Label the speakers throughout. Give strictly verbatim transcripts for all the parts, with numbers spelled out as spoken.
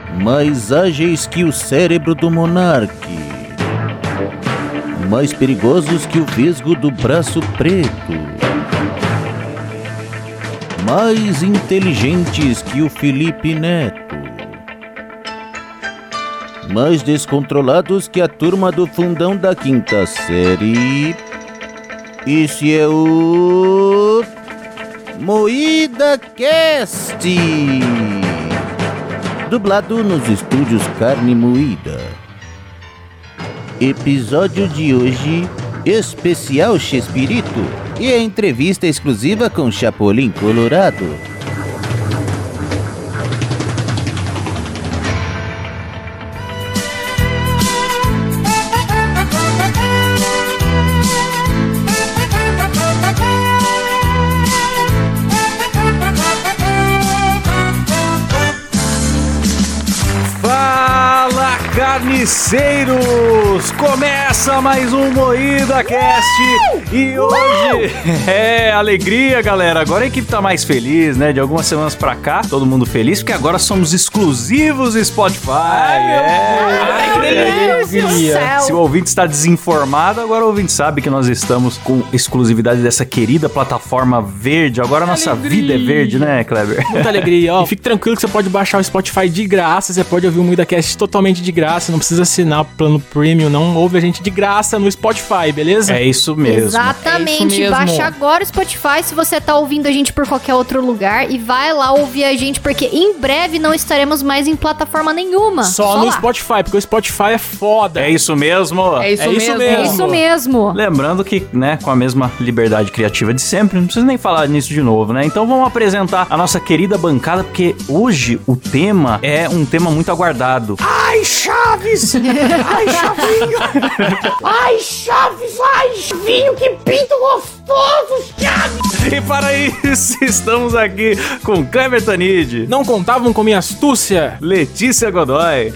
Speaker 1: mais ágeis que o cérebro do monarque, mais perigosos que o vesgo do braço preto, mais inteligentes que o Felipe Neto, mais descontrolados que a turma do fundão da quinta série. Esse é o Moída Cast, dublado nos estúdios Carne Moída. Episódio de hoje, especial Chespirito e a entrevista exclusiva com Chapolin Colorado.
Speaker 2: Carniceiros! Começa mais um Moída Cast e hoje é alegria, galera. Agora a equipe tá mais feliz, né? De algumas semanas pra cá, todo mundo feliz, porque agora somos exclusivos Spotify. Ai, é. Ai, que delícia. Se o ouvinte está desinformado, agora o ouvinte sabe que nós estamos com exclusividade dessa querida plataforma verde. Agora a nossa alegria. Vida é verde, né, Kleber?
Speaker 3: Muita alegria, ó. E fique tranquilo que você pode baixar o Spotify de graça, você pode ouvir o Moída Cast totalmente de graça, não precisa assinar o plano premium, não ouve a gente de graça no Spotify, beleza?
Speaker 2: É isso mesmo.
Speaker 4: Exatamente,
Speaker 2: é isso mesmo.
Speaker 4: Baixa agora o Spotify se você tá ouvindo a gente por qualquer outro lugar e vai lá ouvir a gente, porque em breve não estaremos mais em plataforma nenhuma.
Speaker 3: Só, Só no lá. Spotify, porque o Spotify é foda.
Speaker 2: É isso mesmo?
Speaker 5: É isso,
Speaker 3: é
Speaker 5: mesmo.
Speaker 3: isso mesmo.
Speaker 4: É isso mesmo.
Speaker 2: Lembrando que, né, com a mesma liberdade criativa de sempre, não precisa nem falar nisso de novo, né? Então vamos apresentar a nossa querida bancada, porque hoje o tema é um tema muito aguardado. Ai, Chaves! Ai, Chavinho!
Speaker 5: Ai, Chaves! Ai, Chavinho, que pinto gostoso, Chaves!
Speaker 2: E para isso, estamos aqui com Kleber Tanid.
Speaker 3: Não contavam com minha astúcia?
Speaker 2: Letícia Godoy.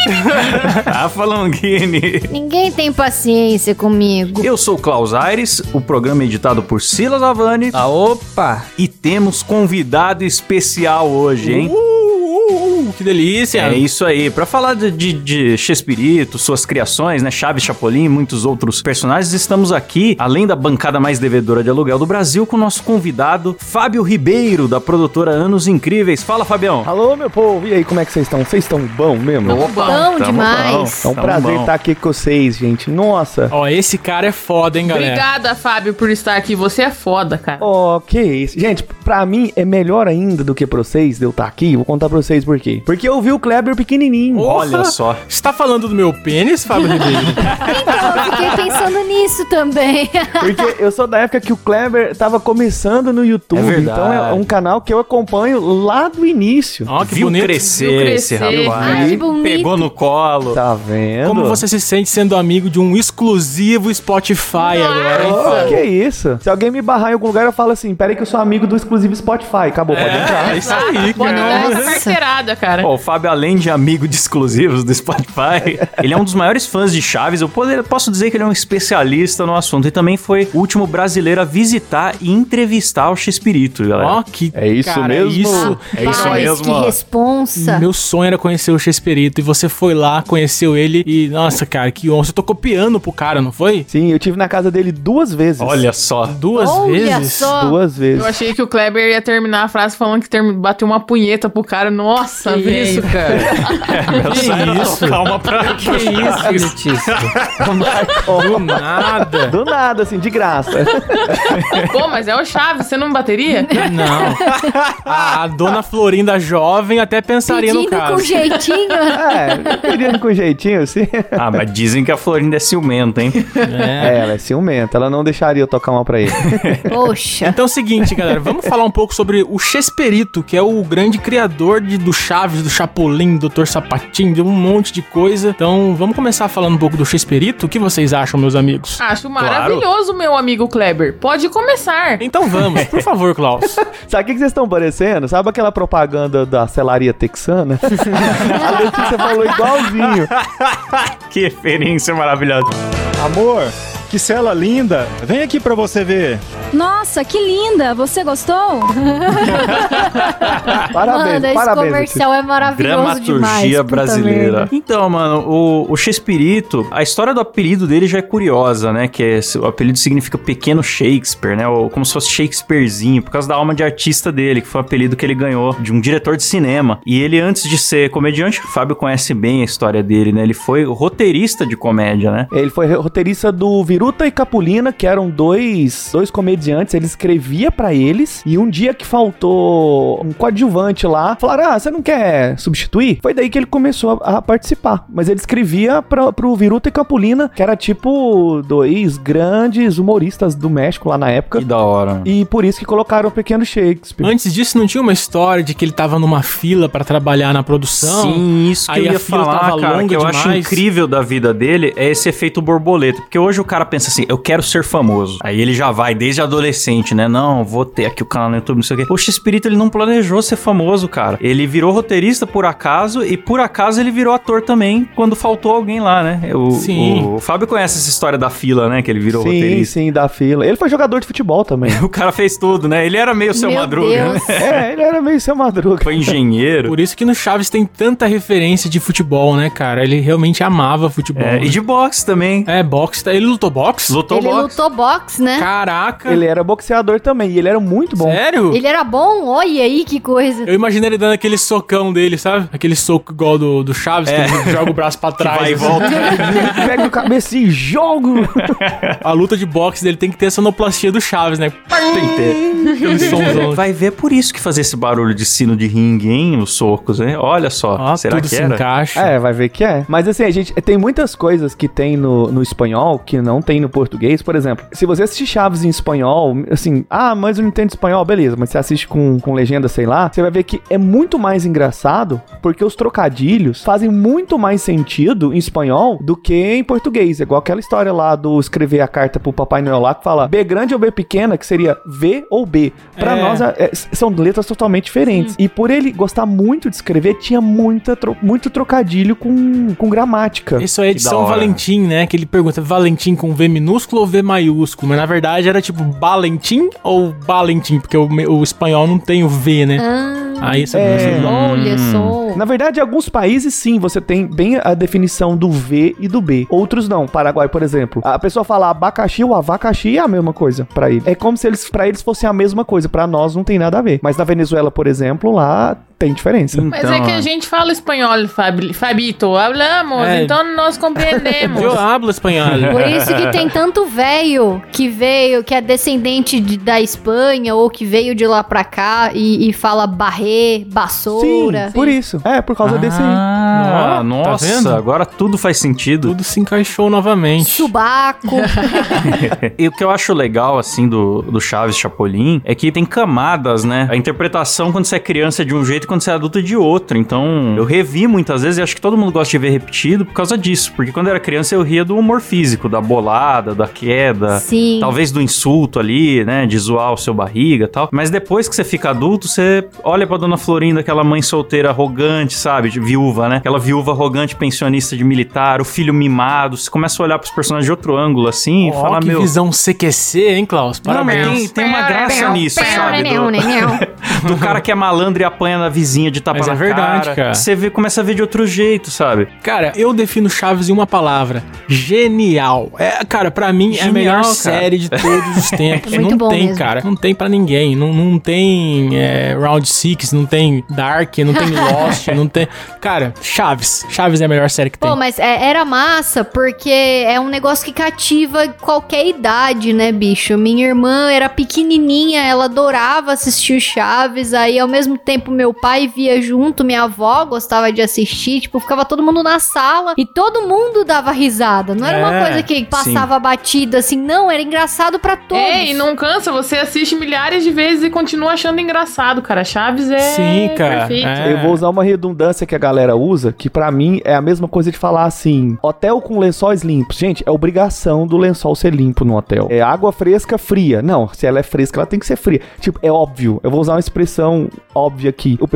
Speaker 2: Rafa Longini.
Speaker 4: Ninguém tem paciência comigo.
Speaker 2: Eu sou o Klaus Aires, o programa é editado por Silas Havani.
Speaker 3: Ah, opa!
Speaker 2: E temos convidado especial hoje, hein?
Speaker 3: Uh! Uh, que delícia!
Speaker 2: É isso aí, pra falar de, de, de Chespirito, suas criações, né, Chaves, Chapolin e muitos outros personagens, estamos aqui, além da bancada mais devedora de aluguel do Brasil, com o nosso convidado, Fábio Ribeiro, da produtora Anos Incríveis. Fala, Fabião!
Speaker 6: Alô, meu povo, e aí, como é que vocês estão? Vocês estão bom mesmo?
Speaker 4: Bom demais!
Speaker 6: É um prazer
Speaker 2: bom.
Speaker 6: estar aqui com vocês, gente. Nossa!
Speaker 3: Ó, esse cara é foda, hein, galera?
Speaker 5: Obrigada, Fábio, por estar aqui. Você é foda, cara.
Speaker 6: Ó, oh, que isso. Gente, pra mim é melhor ainda do que pra vocês de eu estar aqui. Vou contar pra vocês por quê. Porque eu vi o Kleber pequenininho.
Speaker 2: Olha só.
Speaker 3: Você tá falando do meu pênis, Fábio Ribeiro?
Speaker 4: Então, eu fiquei pensando nisso também.
Speaker 6: Porque eu sou da época que o Kleber tava começando no YouTube.
Speaker 2: É verdade.
Speaker 6: Então é um canal que eu acompanho lá do início.
Speaker 3: Ó, que
Speaker 2: Viu
Speaker 3: bonito.
Speaker 2: crescer,
Speaker 5: Viu
Speaker 2: esse
Speaker 5: crescer.
Speaker 2: rapaz.
Speaker 4: Ai, que bonito.
Speaker 2: Pegou no colo.
Speaker 6: Tá vendo?
Speaker 3: Como você se sente sendo amigo de um exclusivo Spotify agora, hein?
Speaker 6: Oh, que isso? Se alguém me barrar em algum lugar, eu falo assim, pera aí que eu sou amigo do exclusivo Spotify. Acabou, pode entrar.
Speaker 3: É isso aí,
Speaker 5: Pode dar
Speaker 3: cara.
Speaker 5: essa carteirada, cara.
Speaker 2: Ó, o Fábio, além de amigo de exclusivos do Spotify, ele é um dos maiores fãs de Chaves. Eu poder, posso dizer que ele é um especialista no assunto. E também foi o último brasileiro a visitar e entrevistar o Chespirito, galera.
Speaker 3: Ó, que
Speaker 6: É isso
Speaker 3: cara,
Speaker 6: mesmo?
Speaker 3: Isso.
Speaker 2: É isso
Speaker 4: Rapaz,
Speaker 2: mesmo,
Speaker 4: que
Speaker 2: ó.
Speaker 4: responsa.
Speaker 3: Meu sonho era conhecer o Chespirito e você foi lá, conheceu ele e, nossa, cara, que honra. Você tocou piano pro cara, não foi?
Speaker 6: Sim, eu tive na casa dele duas vezes.
Speaker 2: Olha só.
Speaker 3: Duas
Speaker 4: Olha
Speaker 3: vezes?
Speaker 4: só.
Speaker 6: Duas vezes.
Speaker 5: Eu achei que o Kleber ia terminar a frase falando que term... bateu uma punheta pro cara. Nossa,
Speaker 7: Que
Speaker 5: velho.
Speaker 7: isso, cara?
Speaker 2: É, meu
Speaker 3: Que
Speaker 2: sonho.
Speaker 3: isso?
Speaker 2: Calma pra...
Speaker 7: Que isso, Letícia?
Speaker 3: Do nada.
Speaker 6: Do nada, assim, de graça.
Speaker 5: Pô, mas é o Chaves, você não bateria?
Speaker 3: Não. A, a dona Florinda jovem até pensaria no
Speaker 4: Pedindo
Speaker 3: caso.
Speaker 4: com jeitinho.
Speaker 6: É, querendo com jeitinho, assim.
Speaker 2: Ah, mas dizem que a Florinda é ciumenta, hein?
Speaker 3: É.
Speaker 6: É, ela é ciumenta, ela não deixaria eu tocar uma pra ele.
Speaker 4: Poxa.
Speaker 3: Então é o seguinte, galera, vamos falar um pouco sobre o Chespirito, que é o grande criador de, do Chaves, do Chapolin, do doutor Sapatinho, de um monte de coisa. Então vamos começar falando um pouco do Chespirito. O que vocês acham, meus amigos?
Speaker 5: Acho maravilhoso, meu amigo Kleber. Pode começar.
Speaker 3: Então vamos, por favor, Klaus.
Speaker 6: Sabe o que que vocês estão parecendo? Sabe aquela propaganda da celaria texana? A Letícia falou igualzinho.
Speaker 2: Que referência maravilhosa.
Speaker 6: Amor,
Speaker 7: Que cela linda! Vem aqui pra você ver.
Speaker 8: Nossa, que linda! Você gostou?
Speaker 6: Parabéns,
Speaker 4: Mano, esse
Speaker 6: parabéns.
Speaker 4: comercial é maravilhoso demais.
Speaker 2: Dramaturgia
Speaker 4: puta
Speaker 2: brasileira.
Speaker 4: merda.
Speaker 2: Então, mano, o, o Chespirito, a história do apelido dele já é curiosa, né? Que é, o apelido significa pequeno Shakespeare, né? Ou como se fosse Shakespearezinho, por causa da alma de artista dele, que foi o apelido que ele ganhou de um diretor de cinema. E ele, antes de ser comediante, o Fábio conhece bem a história dele, né? Ele foi roteirista de comédia, né?
Speaker 6: Ele foi roteirista do Viruta e Capulina, que eram dois, dois comediantes. Ele escrevia pra eles. E um dia que faltou um coadjuvante lá, falaram, ah, você não quer substituir? Foi daí que ele começou a, a participar. Mas ele escrevia pra, pro Viruta e Capulina, que era tipo dois grandes humoristas do México lá na época.
Speaker 2: Que da hora.
Speaker 6: E por isso que colocaram o pequeno Shakespeare.
Speaker 3: Antes disso, não tinha uma história de que ele tava numa fila pra trabalhar na produção?
Speaker 2: Sim, isso que
Speaker 3: Aí
Speaker 2: eu ia
Speaker 3: a fila
Speaker 2: falar,
Speaker 3: tava
Speaker 2: cara,
Speaker 3: longa
Speaker 2: que eu acho
Speaker 3: demais.
Speaker 2: incrível da vida dele é esse efeito borboleta. Porque hoje o cara pensa assim, eu quero ser famoso. Aí ele já vai desde adolescente, né? Não, vou ter aqui o canal no YouTube, não sei o quê. O Chespirito, ele não planejou ser famoso, cara. Ele virou roteirista por acaso e por acaso ele virou ator também quando faltou alguém lá, né? O,
Speaker 3: Sim.
Speaker 2: O, o Fábio conhece essa história da fila, né? Que ele virou
Speaker 6: sim,
Speaker 2: roteirista.
Speaker 6: sim, da fila. Ele foi jogador de futebol também.
Speaker 2: O cara fez tudo, né? Ele era meio Seu
Speaker 4: Meu
Speaker 2: Madruga,
Speaker 4: Deus.
Speaker 2: né?
Speaker 6: É, ele era meio Seu Madruga.
Speaker 2: Foi engenheiro.
Speaker 3: Por isso que no Chaves tem tanta referência de futebol, né, cara? Ele realmente amava futebol.
Speaker 2: É,
Speaker 3: né?
Speaker 2: e de boxe também.
Speaker 3: É, boxe. tá- Ele lutou boxe?
Speaker 2: Lutou
Speaker 4: Ele
Speaker 2: boxe.
Speaker 4: lutou boxe, né?
Speaker 3: Caraca.
Speaker 6: Ele era boxeador também, e ele era muito bom.
Speaker 3: Sério?
Speaker 4: Ele era bom? Olha aí que coisa.
Speaker 3: Eu imaginei ele dando aquele socão dele, sabe? Aquele soco igual do, do Chaves,
Speaker 2: É.
Speaker 3: que ele joga o braço pra trás.
Speaker 2: vai e
Speaker 3: assim.
Speaker 2: volta.
Speaker 6: Pega o cabeça e jogo.
Speaker 3: A luta de boxe dele tem que ter essa sonoplastia do Chaves, né?
Speaker 2: Tem que ter.
Speaker 3: Aquele somzão.
Speaker 2: Vai ver por isso que fazer esse barulho de sino de ringue, hein? Os socos, hein? Olha só.
Speaker 3: Ó,
Speaker 2: Será
Speaker 3: tudo
Speaker 2: que
Speaker 3: se
Speaker 2: era?
Speaker 3: encaixa.
Speaker 6: É, vai ver que é. Mas assim, a gente tem muitas coisas que tem no, no espanhol que não tem no português. Por exemplo, se você assistir Chaves em espanhol, assim, ah, mas eu não entendo espanhol, beleza. Mas você assiste com, com legenda, sei lá, você vai ver que é muito mais engraçado porque os trocadilhos fazem muito mais sentido em espanhol do que em português. É igual aquela história lá do escrever a carta pro Papai Noel lá que fala B grande ou B pequena, que seria V ou B. Pra
Speaker 3: É.
Speaker 6: nós, é, são letras totalmente diferentes. E por ele gostar muito de escrever, tinha muita tro- muito trocadilho com, com gramática.
Speaker 3: Isso aí é de
Speaker 2: Que da
Speaker 3: São
Speaker 2: hora.
Speaker 3: Valentim, né? Que ele pergunta, Valentim com V minúsculo ou V maiúsculo? Mas na verdade era tipo Valentim ou Valentim, porque o, me- o espanhol não tem o V, né?
Speaker 4: Ah,
Speaker 3: Aí isso
Speaker 6: É.
Speaker 4: olha só.
Speaker 6: Na verdade, em alguns países, sim, você tem bem a definição do V e do B. Outros não. Paraguai, por exemplo. A pessoa fala abacaxi ou abacaxi é a mesma coisa pra eles. É como se eles, pra eles fosse a mesma coisa. Pra nós não tem nada a ver. Mas na Venezuela, por exemplo, lá tem diferença.
Speaker 9: Mas é que a gente fala espanhol, Fabi, Fabito. Hablamos,
Speaker 3: É.
Speaker 9: então nós compreendemos.
Speaker 3: Eu hablo espanhol.
Speaker 4: Por isso que tem tanto velho que veio, que é descendente de- da Espanha ou que veio de lá pra cá e, e fala barré,
Speaker 6: Sim,
Speaker 4: vassoura.
Speaker 6: por isso. É, por causa desse aí.
Speaker 2: Ah,
Speaker 3: Ó,
Speaker 2: nossa,
Speaker 3: tá vendo?
Speaker 2: agora tudo faz sentido.
Speaker 3: Tudo se encaixou novamente.
Speaker 4: Subaco.
Speaker 2: E o que eu acho legal, assim, do, do Chaves Chapolin é que tem camadas, né? A interpretação quando você é criança é de um jeito e quando você é adulto é de outro. Então, eu revi muitas vezes e acho que todo mundo gosta de ver repetido por causa disso. Porque quando eu era criança eu ria do humor físico, da bolada, da queda.
Speaker 4: Sim.
Speaker 2: Talvez do insulto ali, né? De zoar o seu barriga e tal. Mas depois que você fica adulto, você olha pra Dona Florinda, aquela mãe solteira arrogante, sabe? De viúva, né? Aquela viúva arrogante, pensionista de militar, o filho mimado. Você começa a olhar pros personagens de outro ângulo, assim, e
Speaker 3: Ó,
Speaker 2: falar,
Speaker 3: que
Speaker 2: meu...
Speaker 3: visão C Q C, hein, Klaus?
Speaker 2: Não, mas
Speaker 3: Parabéns.
Speaker 2: tem, tem uma graça nisso, sabe? Do, do cara que é malandro e apanha na vizinha de tapa
Speaker 3: Mas
Speaker 2: na
Speaker 3: é verdade,
Speaker 2: cara.
Speaker 3: cara.
Speaker 2: Você vê, começa a ver de outro jeito, sabe?
Speaker 3: Cara, eu defino Chaves em uma palavra. Genial. É, cara, pra mim é a
Speaker 2: Genial,
Speaker 3: melhor
Speaker 2: cara.
Speaker 3: série de todos os tempos.
Speaker 4: É muito
Speaker 3: não
Speaker 4: bom
Speaker 3: tem,
Speaker 4: mesmo.
Speaker 3: cara. Não tem pra ninguém. Não, não tem é, Round Six, não tem Dark, não tem Lost, não tem... Cara, Chaves. Chaves é a melhor série que tem.
Speaker 4: Pô, mas é- era massa porque é um negócio que cativa qualquer idade, né, bicho? Minha irmã era pequenininha, ela adorava assistir o Chaves, aí ao mesmo tempo meu pai via junto, minha avó gostava de assistir, tipo, ficava todo mundo na sala e todo mundo dava risada. Não era uma
Speaker 3: É,
Speaker 4: coisa que passava batida assim, não, era engraçado pra todos.
Speaker 9: Ei, não cansa, você assiste milhares de vezes e continua achando engraçado, cara. Chaves é
Speaker 3: Sim, cara.
Speaker 9: perfeito.
Speaker 3: É.
Speaker 6: Eu vou usar uma redundância que a galera usa, que pra mim é a mesma coisa de falar assim, hotel com lençóis limpos. Gente, é obrigação do lençol ser limpo no hotel. É água fresca, fria. Não, se ela é fresca, ela tem que ser fria. Tipo, é óbvio. Eu vou usar uma expressão óbvia aqui. O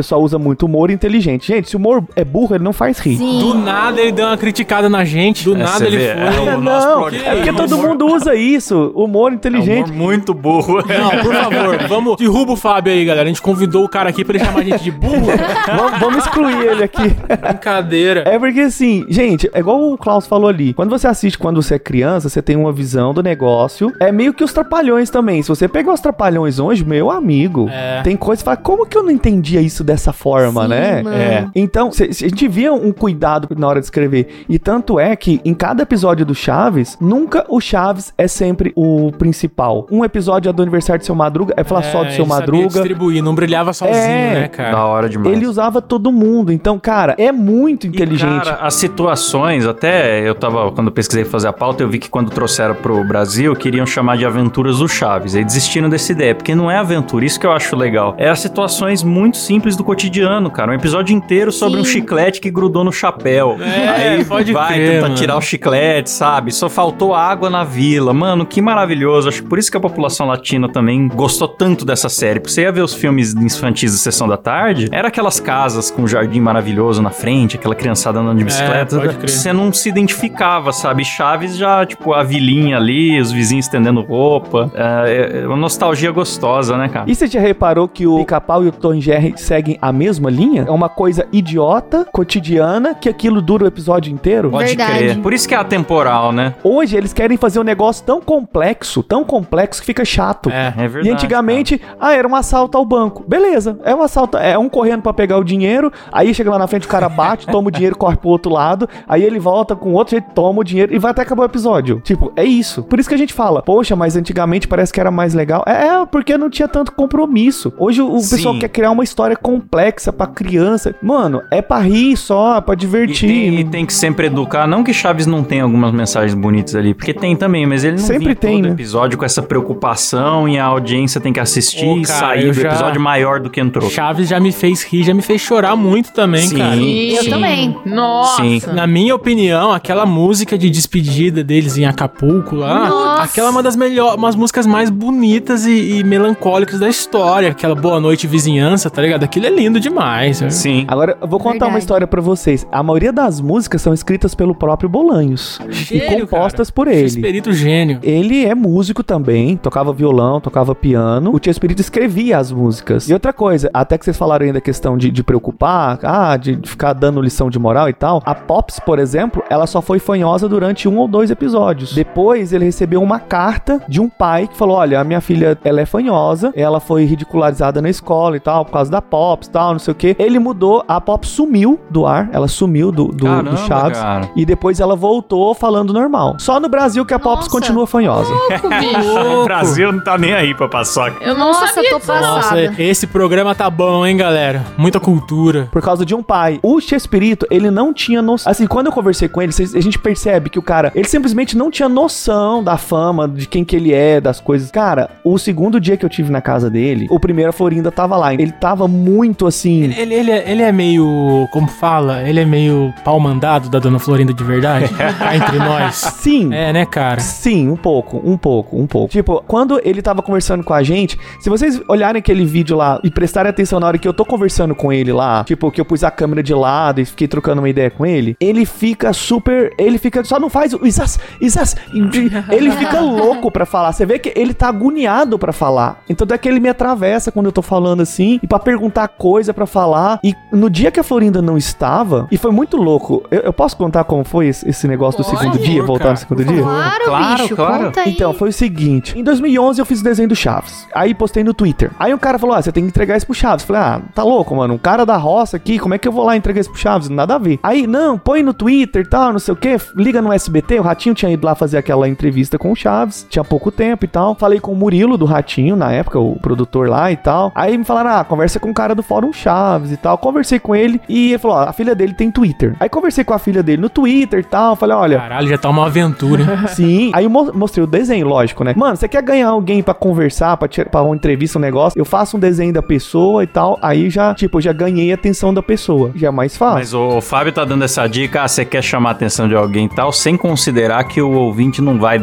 Speaker 6: pessoal usa muito humor inteligente. Gente, se o humor é burro, ele não faz rir.
Speaker 4: Sim.
Speaker 3: Do nada ele deu uma criticada na gente, do
Speaker 2: É,
Speaker 3: nada
Speaker 2: você
Speaker 3: ele
Speaker 2: vê,
Speaker 3: foi.
Speaker 2: é,
Speaker 6: É,
Speaker 2: o nosso
Speaker 6: não,
Speaker 2: programa
Speaker 6: é porque
Speaker 2: é
Speaker 6: todo
Speaker 2: humor-
Speaker 6: mundo usa isso. Humor inteligente.
Speaker 2: É um humor muito burro.
Speaker 3: Não, por favor, vamos. Derruba o Fábio aí, galera. A gente convidou o cara aqui pra ele chamar a gente de burro.
Speaker 6: vamos, vamos excluir ele aqui.
Speaker 3: Brincadeira.
Speaker 6: É porque assim, gente, é igual o Klaus falou ali. Quando você assiste quando você é criança, você tem uma visão do negócio. É meio que os Trapalhões também. Se você pegar os Trapalhões hoje, meu amigo,
Speaker 3: É.
Speaker 6: tem coisa que fala, como que eu não entendia isso dessa forma,
Speaker 4: Sim,
Speaker 6: né?
Speaker 4: mano.
Speaker 2: É.
Speaker 6: Então, cê- cê- a gente via um cuidado na hora de escrever. E tanto é que em cada episódio do Chaves, nunca o Chaves é sempre o principal. Um episódio é do aniversário de Seu Madruga, é falar só do
Speaker 3: É,
Speaker 6: Seu
Speaker 3: ele sabia
Speaker 6: Madruga.
Speaker 3: distribuir, não brilhava sozinho,
Speaker 6: É.
Speaker 3: né, cara?
Speaker 2: Da hora demais.
Speaker 6: Ele usava todo mundo. Então, cara, é muito inteligente.
Speaker 2: E, cara, as situações, até eu tava, quando eu pesquisei fazer a pauta, eu vi que quando trouxeram pro Brasil, queriam chamar de Aventuras do Chaves. Aí desistiram dessa ideia, porque não é aventura, isso que eu acho legal. É as situações muito simples do cotidiano, cara. Um episódio inteiro sobre
Speaker 4: Sim.
Speaker 2: um chiclete que grudou no chapéu.
Speaker 3: É,
Speaker 2: Aí
Speaker 3: pode
Speaker 2: vai
Speaker 3: crer,
Speaker 2: tentar
Speaker 3: mano.
Speaker 2: tirar o chiclete, sabe? Só faltou água na vila. Mano, que maravilhoso. Acho que por isso que a população latina também gostou tanto dessa série. Porque você ia ver os filmes infantis da Sessão da Tarde, era aquelas casas com um jardim maravilhoso na frente, aquela criançada andando de bicicleta.
Speaker 3: É, pode crer.
Speaker 2: Você não se identificava, sabe? Chaves já, tipo, a vilinha ali, os vizinhos estendendo roupa. É, é uma nostalgia gostosa, né, cara?
Speaker 6: E você já reparou que o Pica-Pau e o Tom e Jerry seguem a mesma linha? É uma coisa idiota, cotidiana, que aquilo dura o episódio inteiro?
Speaker 2: Pode
Speaker 4: Verdade.
Speaker 2: crer. Por isso que é atemporal, né?
Speaker 6: Hoje eles querem fazer um negócio tão complexo, tão complexo que fica chato.
Speaker 3: É.
Speaker 2: É verdade.
Speaker 6: E antigamente, ah, era um assalto ao banco. Beleza, é um assalto, é um correndo pra pegar o dinheiro, aí chega lá na frente, o cara bate, toma o dinheiro, corre pro outro lado, aí ele volta com outro jeito, toma o dinheiro e vai até acabar o episódio. Tipo, é isso. Por isso que a gente fala, poxa, mas antigamente parece que era mais legal. É, é porque não tinha tanto compromisso. Hoje o, o
Speaker 2: Sim.
Speaker 6: pessoal quer criar uma história complexa pra criança. Mano, é pra rir só, é pra
Speaker 2: E
Speaker 6: divertir.
Speaker 2: tem, e tem que sempre educar. Não que Chaves não tenha algumas mensagens bonitas ali, porque tem também, mas ele não
Speaker 6: Sempre
Speaker 2: vinha
Speaker 6: tem,
Speaker 2: todo
Speaker 6: né?
Speaker 2: episódio com essa preocupação e a audiência tem que assistir
Speaker 3: Ô,
Speaker 2: e
Speaker 3: cara,
Speaker 2: sair
Speaker 3: eu
Speaker 2: do
Speaker 3: já-
Speaker 2: episódio maior do que entrou.
Speaker 3: Chaves já me fez rir, já me fez chorar muito também,
Speaker 2: Sim.
Speaker 3: cara.
Speaker 4: Eu também.
Speaker 9: Nossa.
Speaker 2: Sim.
Speaker 3: Na minha opinião, aquela música de despedida deles em Acapulco lá,
Speaker 4: Nossa.
Speaker 3: aquela é uma das melhores, umas músicas mais bonitas e, e melancólicas da história. Aquela Boa Noite Vizinhança, tá ligado? Aquilo é lindo demais. né?
Speaker 2: Sim.
Speaker 6: Agora, eu vou contar
Speaker 4: Verdade.
Speaker 6: uma história pra vocês. A maioria das músicas são escritas pelo próprio Bolanhos e
Speaker 3: Gênio,
Speaker 6: compostas
Speaker 3: cara.
Speaker 6: por ele.
Speaker 3: Espírito gênio.
Speaker 6: Ele é músico também, tocava violão, tocava piano. O Tio Espírito escrevia as músicas. E outra coisa, até que vocês falaram aí da questão de, de preocupar, ah, de, de ficar dando lição de moral e tal. A Pops, por exemplo, ela só foi fanhosa durante um ou dois episódios. Depois, ele recebeu uma carta de um pai que falou, olha, a minha filha, ela é fanhosa, ela foi ridicularizada na escola e tal, por causa da Pops e tal, não sei o quê. Ele mudou, a Pops sumiu do ar, ela sumiu do, do,
Speaker 2: Caramba,
Speaker 6: do Chaves.
Speaker 2: cara.
Speaker 6: E depois ela voltou falando normal. Só no Brasil que a Pops
Speaker 4: Nossa.
Speaker 6: continua fanhosa.
Speaker 9: Louco, bicho.
Speaker 2: O Brasil não tá nem aí pra paçoca.
Speaker 9: Eu não
Speaker 4: Nossa,
Speaker 9: sabia
Speaker 4: tô
Speaker 9: disso, não.
Speaker 4: passada.
Speaker 3: Nossa, esse programa tá bom, hein, galera? Muita cultura.
Speaker 6: Por causa de um pai. O Chespirito, ele não tinha noção. Assim, quando eu conversei com ele, cês- a gente percebe que o cara, ele simplesmente não tinha noção da fama, de quem que ele é, das coisas. Cara, o segundo dia que eu tive na casa dele, o primeiro a Florinda tava lá. Ele tava muito assim.
Speaker 3: Ele, ele, ele, é, ele é meio, como fala, ele é meio pau mandado da Dona Florinda de verdade, cá entre nós.
Speaker 6: Sim.
Speaker 3: É, né, cara?
Speaker 6: Sim, um pouco, um pouco, um pouco. Tipo, quando ele tava conversando com a gente, se vocês olharem aquele vídeo lá e prestarem atenção na hora que eu tô conversando com ele lá, tipo, que eu pus a câmera de lado e fiquei trocando uma ideia com ele, ele fica super, ele fica, só não faz o isas, isas, ele fica louco pra falar. Você vê que ele tá agoniado pra falar. Então é que ele me atravessa quando eu tô falando assim, e pra perguntar coisa pra falar. E no dia que a Florinda não estava, e foi muito louco, eu, eu posso contar como foi esse, esse negócio do
Speaker 3: Por
Speaker 6: segundo
Speaker 3: favor,
Speaker 6: dia, voltar
Speaker 3: cara,
Speaker 6: no segundo
Speaker 3: por
Speaker 6: dia?
Speaker 4: Claro,
Speaker 2: Claro,
Speaker 4: bicho,
Speaker 2: claro.
Speaker 4: conta aí.
Speaker 6: Então, foi o seguinte. Em dois mil e onze eu fiz o desenho do Chaves. Aí postei no Twitter. Aí o cara falou, ah, você tem que entregar isso pro Chaves. Falei, ah, tá louco, mano. Um cara da roça aqui, como é que eu vou lá entregar isso pro Chaves? Nada a ver. Aí, não, põe no Twitter e tal, não sei o quê. Liga no S B T. O Ratinho tinha ido lá fazer aquela entrevista com o Chaves. Tinha pouco tempo e tal. Falei com o Murilo do Ratinho, na época, o produtor lá e tal. Aí me falaram, ah, conversa com o cara do Fórum Chaves e tal. Conversei com ele e ele falou, ó, a filha dele tem Twitter. Aí conversei com a filha dele no Twitter e tal. Falei, olha...
Speaker 3: Caralho, já tá uma aventura, hein?
Speaker 6: Sim, aí eu mo- mostrei o desenho, lógico, né? Mano, você quer ganhar alguém pra conversar, pra, tirar, pra uma entrevista, um negócio? Eu faço um desenho da pessoa e tal, aí já, tipo, eu já ganhei a atenção da pessoa. Já é mais fácil.
Speaker 2: Mas o Fábio tá dando essa dica, ah, você quer chamar a atenção de alguém e tal, sem considerar que o ouvinte não vai desenhar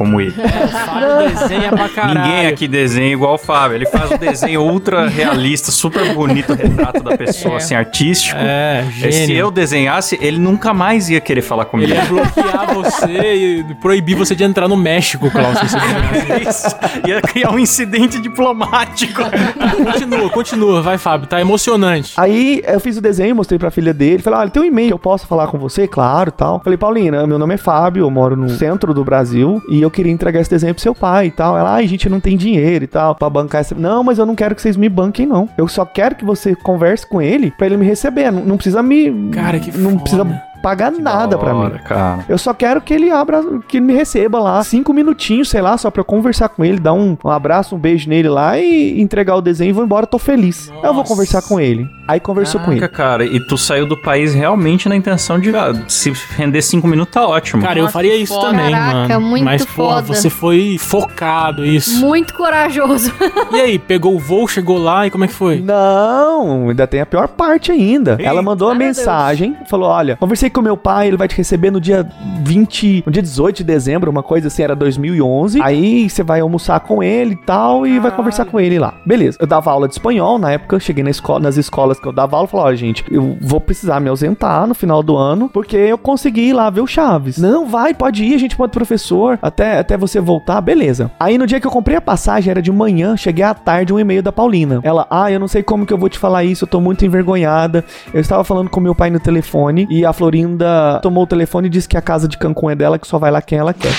Speaker 2: como ele.
Speaker 3: O Fábio desenha pra caralho.
Speaker 2: Ninguém aqui desenha igual o Fábio. Ele faz um desenho ultra realista, super bonito, retrato da pessoa,
Speaker 9: É.
Speaker 2: assim, artístico.
Speaker 3: É,
Speaker 2: Se
Speaker 3: gênio.
Speaker 2: eu desenhasse, ele nunca mais ia querer falar comigo.
Speaker 3: Ele ia bloquear você e proibir você de entrar no México, Klaus. Se você desenhasse.
Speaker 2: Isso. Ia criar um incidente diplomático.
Speaker 3: Continua, continua. Vai, Fábio. Tá emocionante.
Speaker 6: Aí eu fiz o desenho, mostrei pra filha dele. Falei, olha, tem um e-mail que eu posso falar com você? Claro, tal. Falei, Paulina, meu nome é Fábio, eu moro no centro do Brasil e eu queria entregar esse desenho pro seu pai e tal. Ela, ai, gente, não tem dinheiro e tal pra bancar essa... Não, mas eu não quero que vocês me banquem, não. Eu só quero que você converse com ele pra ele me receber. Não, não precisa me...
Speaker 3: Cara, que
Speaker 6: Não
Speaker 3: foda.
Speaker 6: precisa pagar nada pra mim.
Speaker 2: Hora, cara.
Speaker 6: Eu só quero que ele abra, que ele me receba lá cinco minutinhos, sei lá, só pra eu conversar com ele, dar um, um abraço, um beijo nele lá e entregar o desenho e vou embora, tô feliz.
Speaker 3: Nossa.
Speaker 6: Eu vou conversar com ele. Aí conversou com ele.
Speaker 2: Caraca, cara, e tu saiu do país realmente na intenção de ah, se render cinco minutos, tá ótimo.
Speaker 3: Cara, eu
Speaker 9: Nossa,
Speaker 3: faria
Speaker 9: que
Speaker 3: isso
Speaker 9: foda.
Speaker 3: também,
Speaker 4: Caraca,
Speaker 3: mano.
Speaker 4: muito
Speaker 3: Mas, porra,
Speaker 4: foda.
Speaker 3: você foi focado, isso.
Speaker 4: Muito corajoso.
Speaker 3: E aí, pegou o voo, chegou lá e como é que foi?
Speaker 6: Não, ainda tem a pior parte ainda.
Speaker 2: Ih,
Speaker 6: Ela mandou uma
Speaker 4: meu
Speaker 6: mensagem, falou, olha, conversei com meu pai, ele vai te receber no dia vinte, no dia dezoito de dezembro, uma coisa assim, era dois mil e onze. Aí você vai almoçar com ele e tal e vai conversar com ele lá. Beleza. Eu dava aula de espanhol, na época eu cheguei na escola, nas escolas que eu dava aula, falei, olha, gente, eu vou precisar me ausentar no final do ano, porque eu consegui ir lá ver o Chaves. Não, vai, pode ir, a gente pode professor, até, até você voltar, beleza. Aí no dia que eu comprei a passagem, era de manhã, cheguei à tarde, um e-mail da Paulina. Ela, ah, eu não sei como que eu vou te falar isso, eu tô muito envergonhada. Eu estava falando com meu pai no telefone e a Florinda tomou o telefone e disse que a casa de Cancún é dela, que só vai lá quem ela quer.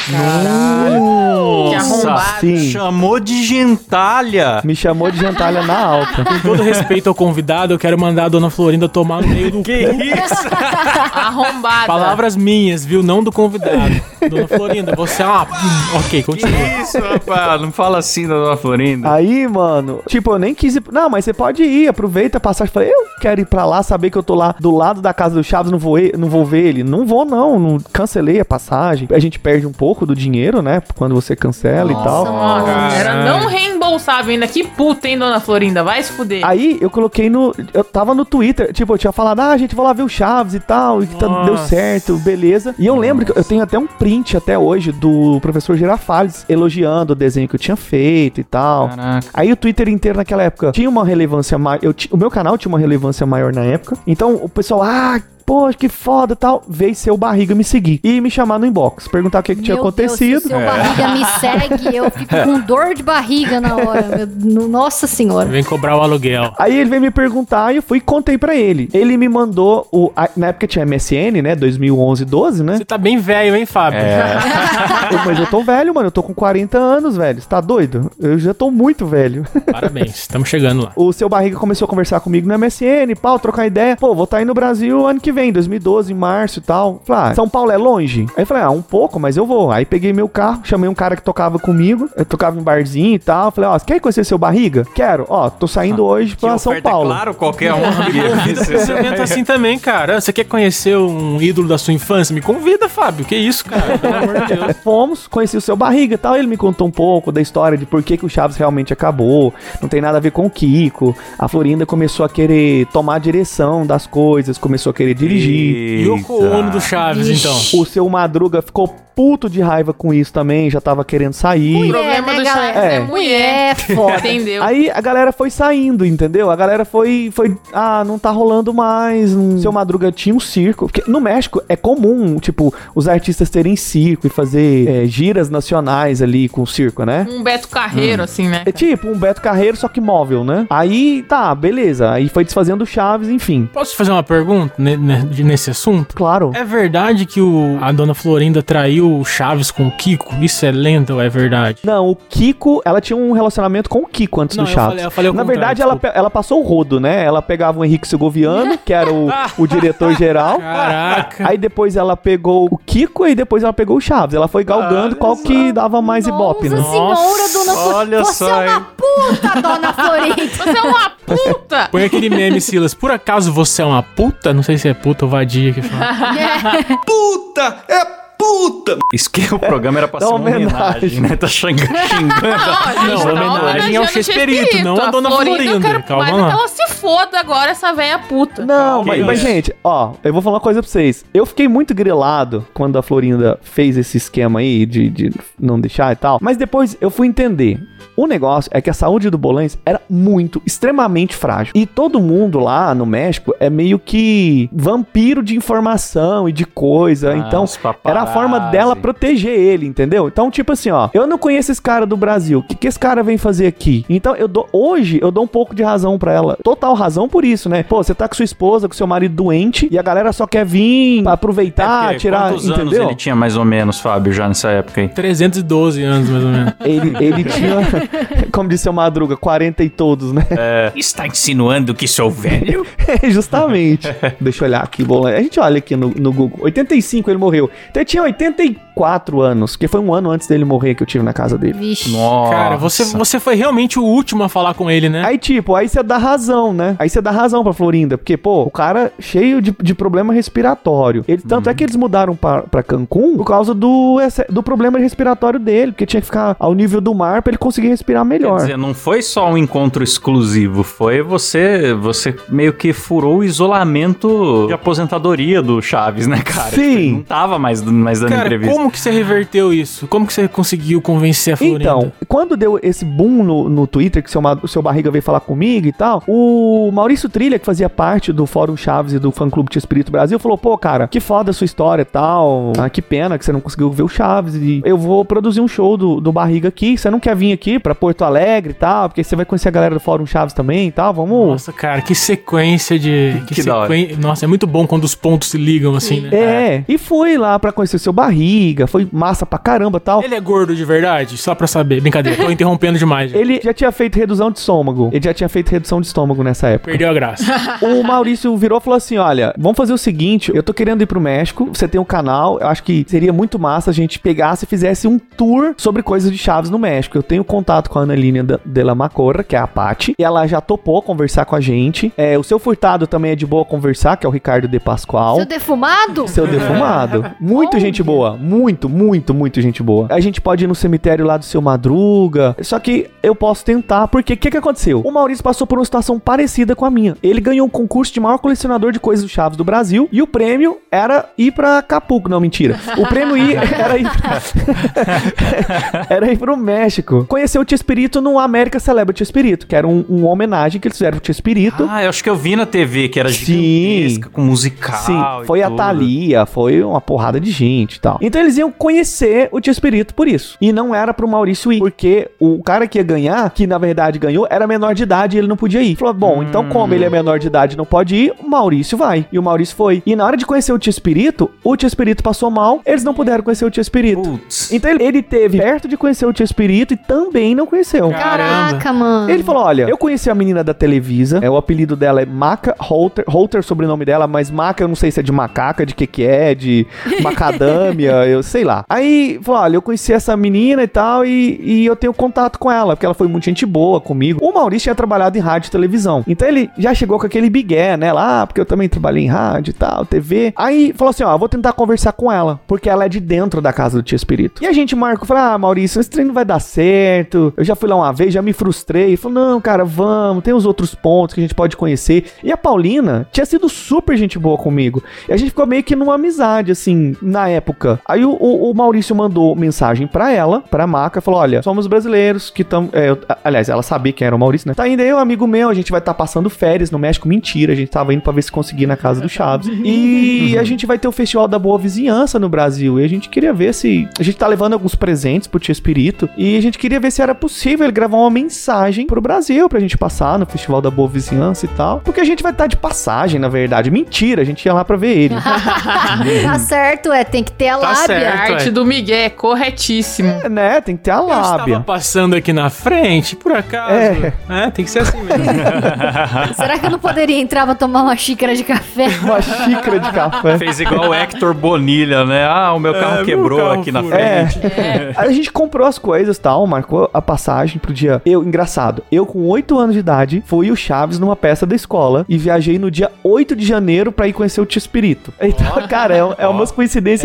Speaker 9: Que arrombado.
Speaker 6: Sim.
Speaker 2: Chamou de gentalha.
Speaker 6: Me chamou de gentalha na alta.
Speaker 3: Com todo respeito ao convidado, eu quero mandar a dona Florinda tomar no meio do
Speaker 2: Que
Speaker 3: cu.
Speaker 2: isso?
Speaker 9: Arrombada.
Speaker 3: Palavras minhas, viu? Não do convidado. Dona Florinda, você é uma... Ok, continua.
Speaker 2: Que isso, rapaz? Não fala assim da dona Florinda.
Speaker 6: Aí, mano, tipo, eu nem quis ir. Não, mas você pode ir, aproveita a passagem. Falei, eu quero ir pra lá, saber que eu tô lá do lado da casa do Chaves, não vou, ir, não vou ver ele. Não vou, não, não. Cancelei a passagem. A gente perde um pouco do dinheiro, né? Quando você cancela e tal.
Speaker 9: Nossa, era
Speaker 3: Caralho.
Speaker 9: não reembolsável ainda. Que puta, hein, dona Florinda? Vai se fuder.
Speaker 6: Aí eu coloquei no. Eu tava no Twitter, tipo, eu tinha falado, ah, a gente vai lá ver o Chaves e tal, e que tá, deu
Speaker 3: Nossa.
Speaker 6: certo, beleza. E eu lembro que eu tenho até um print até hoje do professor Girafales elogiando o desenho que eu tinha feito e tal.
Speaker 2: Caraca.
Speaker 6: Aí o Twitter inteiro naquela época tinha uma relevância maior. O meu canal tinha uma relevância maior na época. Então o pessoal, ah, pô, que foda e tal. Veio seu barriga me seguir e me chamar no inbox, perguntar o que, que tinha
Speaker 4: Meu
Speaker 6: acontecido.
Speaker 4: Deus, se seu barriga me segue, eu fico com dor de barriga na hora. Meu- Nossa senhora.
Speaker 3: Vem cobrar o aluguel.
Speaker 6: Aí ele veio me perguntar e eu fui e contei pra ele. Ele me mandou o. a- na época tinha M S N, né? dois mil e onze, doze, né?
Speaker 3: Você tá bem velho, hein, Fábio?
Speaker 6: Eu- mas eu tô velho, mano. Eu tô com quarenta anos, velho. Você tá doido? Eu já tô muito velho.
Speaker 3: Parabéns, estamos chegando lá.
Speaker 6: O seu barriga começou a conversar comigo no M S N, pau, trocar ideia. Pô, vou estar aí no Brasil ano que vem, dois mil e doze, em março e tal. Falei, ah, São Paulo é longe? Aí eu falei, ah, um pouco, mas eu vou. Aí peguei meu carro, chamei um cara que tocava comigo. Eu tocava em barzinho e tal. Falei, ó, você quer conhecer seu barriga? Quero. Ó, tô saindo hoje pra São
Speaker 2: oferta,
Speaker 6: Paulo.
Speaker 2: É claro, qualquer um.
Speaker 3: Convida pra esse evento assim também, cara. Você quer conhecer um ídolo da sua infância? Me convida, Fábio. Que isso, cara? Pelo amor de Deus.
Speaker 6: Fomos, conheci o seu barriga e tal. Ele me contou um pouco da história de por que, que o Chaves realmente acabou. Não tem nada a ver com o Kiko. A Florinda começou a querer tomar a direção das coisas, começou a querer dirigir.
Speaker 3: Yoko Ono do Chaves, então.
Speaker 6: O seu Madruga ficou puto de raiva com isso também, já tava querendo sair.
Speaker 9: O
Speaker 4: Mulher,
Speaker 9: problema
Speaker 4: né,
Speaker 9: do
Speaker 4: galera?
Speaker 9: Chaves é
Speaker 6: É.
Speaker 9: mulher.
Speaker 4: É foda.
Speaker 9: Entendeu?
Speaker 6: Aí a galera foi saindo, entendeu? A galera foi, foi, ah, não tá rolando mais. Não. Seu Madruga tinha um circo. Porque no México é comum, tipo, os artistas terem circo e fazer é, giras nacionais ali com o circo, né?
Speaker 9: Um Beto Carreiro, assim, né?
Speaker 6: É tipo um Beto Carreiro, só que móvel, né? Aí, tá, beleza. Aí foi desfazendo o Chaves, enfim.
Speaker 3: Posso fazer uma pergunta ne- ne- de- nesse assunto?
Speaker 6: Claro.
Speaker 3: É verdade que o, a dona Florinda traiu o Chaves com o Kiko? Isso é lenda ou é verdade?
Speaker 6: Não, o Kiko, ela tinha um relacionamento com o Kiko antes
Speaker 3: Não,
Speaker 6: do
Speaker 3: eu
Speaker 6: Chaves.
Speaker 3: falei- eu falei ao
Speaker 6: Na
Speaker 3: contrário,
Speaker 6: verdade, ela,
Speaker 3: desculpa.
Speaker 6: pe- ela passou o rodo, né? Ela pegava o Henrique Segoviano, que era o, o diretor-geral.
Speaker 3: Caraca.
Speaker 6: Aí depois ela pegou o Kiko e depois ela pegou o Chaves. Ela foi galgando qual que dava mais ibope, né?
Speaker 4: Nossa senhora, dona Florinda.
Speaker 2: olha
Speaker 4: Você
Speaker 2: só,
Speaker 4: é uma
Speaker 2: hein?
Speaker 4: puta, dona Florinda.
Speaker 9: Você é uma puta!
Speaker 3: Põe aquele meme, Silas. Por acaso você é uma puta? Não sei se é puta ou vadia que fala.
Speaker 10: Puta! É
Speaker 1: puta!
Speaker 2: Isso que o programa era pra
Speaker 6: Dá
Speaker 2: ser uma
Speaker 6: homenagem.
Speaker 2: homenagem, né? Tá xingando.
Speaker 3: Não, homenagem ao Chespirito, não a Dona Florinda.
Speaker 9: Eu quero
Speaker 3: Calma
Speaker 9: mais
Speaker 3: lá.
Speaker 9: é que ela se foda agora, essa velha puta.
Speaker 6: Não,
Speaker 2: Que
Speaker 6: mas,
Speaker 2: isso?
Speaker 6: mas, gente, ó, eu vou falar uma coisa pra vocês. Eu fiquei muito grilado quando a Florinda fez esse esquema aí de, de não deixar e tal. Mas depois eu fui entender. O negócio é que a saúde do Bolaños era muito, extremamente frágil. E todo mundo lá no México é meio que vampiro de informação e de coisa.
Speaker 2: Ah,
Speaker 6: então,
Speaker 2: os paparazzi.
Speaker 6: era a forma dela proteger ele, entendeu? Então, tipo assim, ó, eu não conheço esse cara do Brasil. O que, que esse cara vem fazer aqui? Então, eu dou, hoje, eu dou um pouco de razão pra ela. Total razão por isso, né? Pô, você tá com sua esposa, com seu marido doente, e a galera só quer vir pra aproveitar,
Speaker 2: É porque
Speaker 6: tirar,
Speaker 2: quantos anos
Speaker 6: entendeu?
Speaker 2: ele tinha mais ou menos, Fábio, já nessa época aí?
Speaker 3: trezentos e doze anos, mais ou menos.
Speaker 6: Ele, ele tinha, como disse o Madruga, quarenta e todos, né?
Speaker 1: Está insinuando que sou velho?
Speaker 6: É, justamente. Deixa eu olhar aqui, Bolaños. A gente olha aqui no, no Google. oitenta e cinco ele morreu. Então ele tinha oitenta e quatro anos, que foi um ano antes dele morrer que eu tive na casa dele.
Speaker 4: Vixe.
Speaker 2: Nossa.
Speaker 3: Cara, você, você foi realmente o último a falar com ele, né?
Speaker 6: Aí, tipo, aí você dá razão, né? Aí você dá razão pra Florinda, porque, pô, o cara cheio de, de problema respiratório. Ele, tanto é que eles mudaram pra, pra Cancún por causa do, esse- do problema respiratório dele, porque tinha que ficar ao nível do mar pra ele conseguir respirar
Speaker 2: Quer
Speaker 6: melhor.
Speaker 2: dizer, não foi só um encontro exclusivo, foi você, você meio que furou o isolamento de aposentadoria do Chaves, né, cara?
Speaker 6: Sim.
Speaker 2: Tipo, ele não tava mais, mais dando
Speaker 3: Cara,
Speaker 2: entrevista.
Speaker 3: como que você reverteu isso? Como que você conseguiu convencer a Florinda?
Speaker 6: Então, quando deu esse boom no, no Twitter, que seu, ma- o seu Barriga veio falar comigo e tal, o Maurício Trilha, que fazia parte do Fórum Chaves e do Fã-Clube de Espírito Brasil, falou, pô, cara, que foda a sua história e tal, ah, que pena que você não conseguiu ver o Chaves, e eu vou produzir um show do, do Barriga aqui, você não quer vir aqui pra Porto Alegre e tal, porque você vai conhecer a galera do Fórum Chaves também e tal, vamos...
Speaker 3: Nossa, cara, que sequência de... Que,
Speaker 2: Que da hora.
Speaker 3: sequen... Nossa, é muito bom quando os pontos se ligam assim, né?
Speaker 6: É, e fui lá pra conhecer o seu Barriga, foi massa pra caramba e tal.
Speaker 3: Ele é gordo de verdade? Só pra saber. Brincadeira, tô interrompendo demais. já.
Speaker 6: Ele já tinha feito redução de estômago. Ele já tinha feito redução de estômago nessa época.
Speaker 3: Perdeu a graça.
Speaker 6: O Maurício virou e falou assim, olha, vamos fazer o seguinte, eu tô querendo ir pro México, você tem um canal, eu acho que seria muito massa a gente pegasse e fizesse um tour sobre coisas de Chaves no México. Eu tenho contato com a Ana Línia da- de la Macorra, que é a Paty, e ela já topou conversar com a gente. É, o seu Furtado também é de boa conversar, que é o Ricardo de Pascoal.
Speaker 4: Seu defumado?
Speaker 6: Seu defumado. Muito gente boa. Muito, muito, muito gente boa. A gente pode ir no cemitério lá do seu Madruga. Só que eu posso tentar, porque o que, que aconteceu? O Maurício passou por uma situação parecida com a minha. Ele ganhou um concurso de maior colecionador de coisas do Chaves do Brasil. E o prêmio era ir pra Acapulco. Não, mentira. O prêmio ir, era ir pra... era ir pro México. Conheceu o Chespirito no América Celebra o Chespirito, que era um, uma homenagem que eles fizeram pro Chespirito.
Speaker 2: Ah, eu acho que eu vi na T V, que era
Speaker 6: Sim.
Speaker 2: gigantesca, com musical.
Speaker 6: Sim,
Speaker 2: e
Speaker 6: foi a
Speaker 2: tudo.
Speaker 6: Thalia, foi uma porrada de gente e tal. Então eles iam conhecer o Chespirito por isso. E não era pro Maurício ir, porque o cara que ia ganhar, que na verdade ganhou, era menor de idade e ele não podia ir. Falou, bom, então como ele é menor de idade e não pode ir, o Maurício vai. E o Maurício foi. E na hora de conhecer o Chespirito, o Chespirito passou mal, eles não puderam conhecer o Chespirito.
Speaker 2: Putz.
Speaker 6: Então ele, ele teve perto de conhecer o Chespirito e também não conheceu.
Speaker 4: Caraca, mano.
Speaker 6: Ele falou, olha, eu conheci a menina da Televisa, é, o apelido dela é Maca Holter, Holter é o sobrenome dela, mas Maca eu não sei se é de macaca, de que que é, de macadâmia, eu sei lá. Aí, falou, olha, eu conheci essa menina e tal, e, e eu tenho contato com ela, porque ela foi muito gente boa comigo. O Maurício tinha trabalhado em rádio e televisão, então ele já chegou com aquele bigué, né, lá, porque eu também trabalhei em rádio e tal, T V. Aí, falou assim, ó, eu vou tentar conversar com ela, porque ela é de dentro da casa do Chespirito. E a gente marcou, falou, ah, Maurício, esse treino vai dar certo, eu já fui lá uma vez, já me frustrei. Ele falou, não, cara, vamos, tem os outros pontos que a gente pode conhecer. E a Paulina tinha sido super gente boa comigo. E a gente ficou meio que numa amizade, assim, na época. Aí o, o, o Maurício mandou mensagem pra ela, pra Maca, falou, olha, somos brasileiros que estão... É, aliás, ela sabia quem era o Maurício, né? Tá indo aí, um amigo meu, a gente vai estar tá passando férias no México. Mentira, a gente tava indo pra ver se conseguia na casa do Chaves. E a gente vai ter o Festival da Boa Vizinhança no Brasil. E a gente queria ver se... A gente tá levando alguns presentes pro Chespirito. E a gente queria ver se era possível ele gravar uma mensagem pro Brasil pra gente passar no Festival da Boa Vizinhança e tal. Porque a gente vai estar de passagem, na verdade. Mentira, a gente ia lá pra ver ele.
Speaker 4: Tá certo, é, tem que ter a
Speaker 3: Tá
Speaker 4: lábia.
Speaker 3: certo.
Speaker 9: A arte
Speaker 3: é.
Speaker 9: do Miguel, corretíssimo.
Speaker 6: É, né? Tem que ter a
Speaker 3: Eu estava
Speaker 6: lábia.
Speaker 3: passando aqui na frente, por acaso.
Speaker 6: É.
Speaker 3: É, tem que ser assim mesmo.
Speaker 4: Será que eu não poderia entrar pra tomar uma xícara de café?
Speaker 6: Uma xícara de café.
Speaker 2: Fez igual o Hector Bonilha, né? Ah, o meu carro
Speaker 3: É,
Speaker 2: quebrou
Speaker 3: meu carro
Speaker 2: aqui na
Speaker 3: furou.
Speaker 2: frente.
Speaker 6: É. A gente comprou as coisas e tal, marcou a passagem pro dia. Eu, engraçado, eu com oito anos de idade, fui o Chaves numa peça da escola e viajei no dia oito de janeiro pra ir conhecer o Chespirito. Então, cara, é, é umas coincidências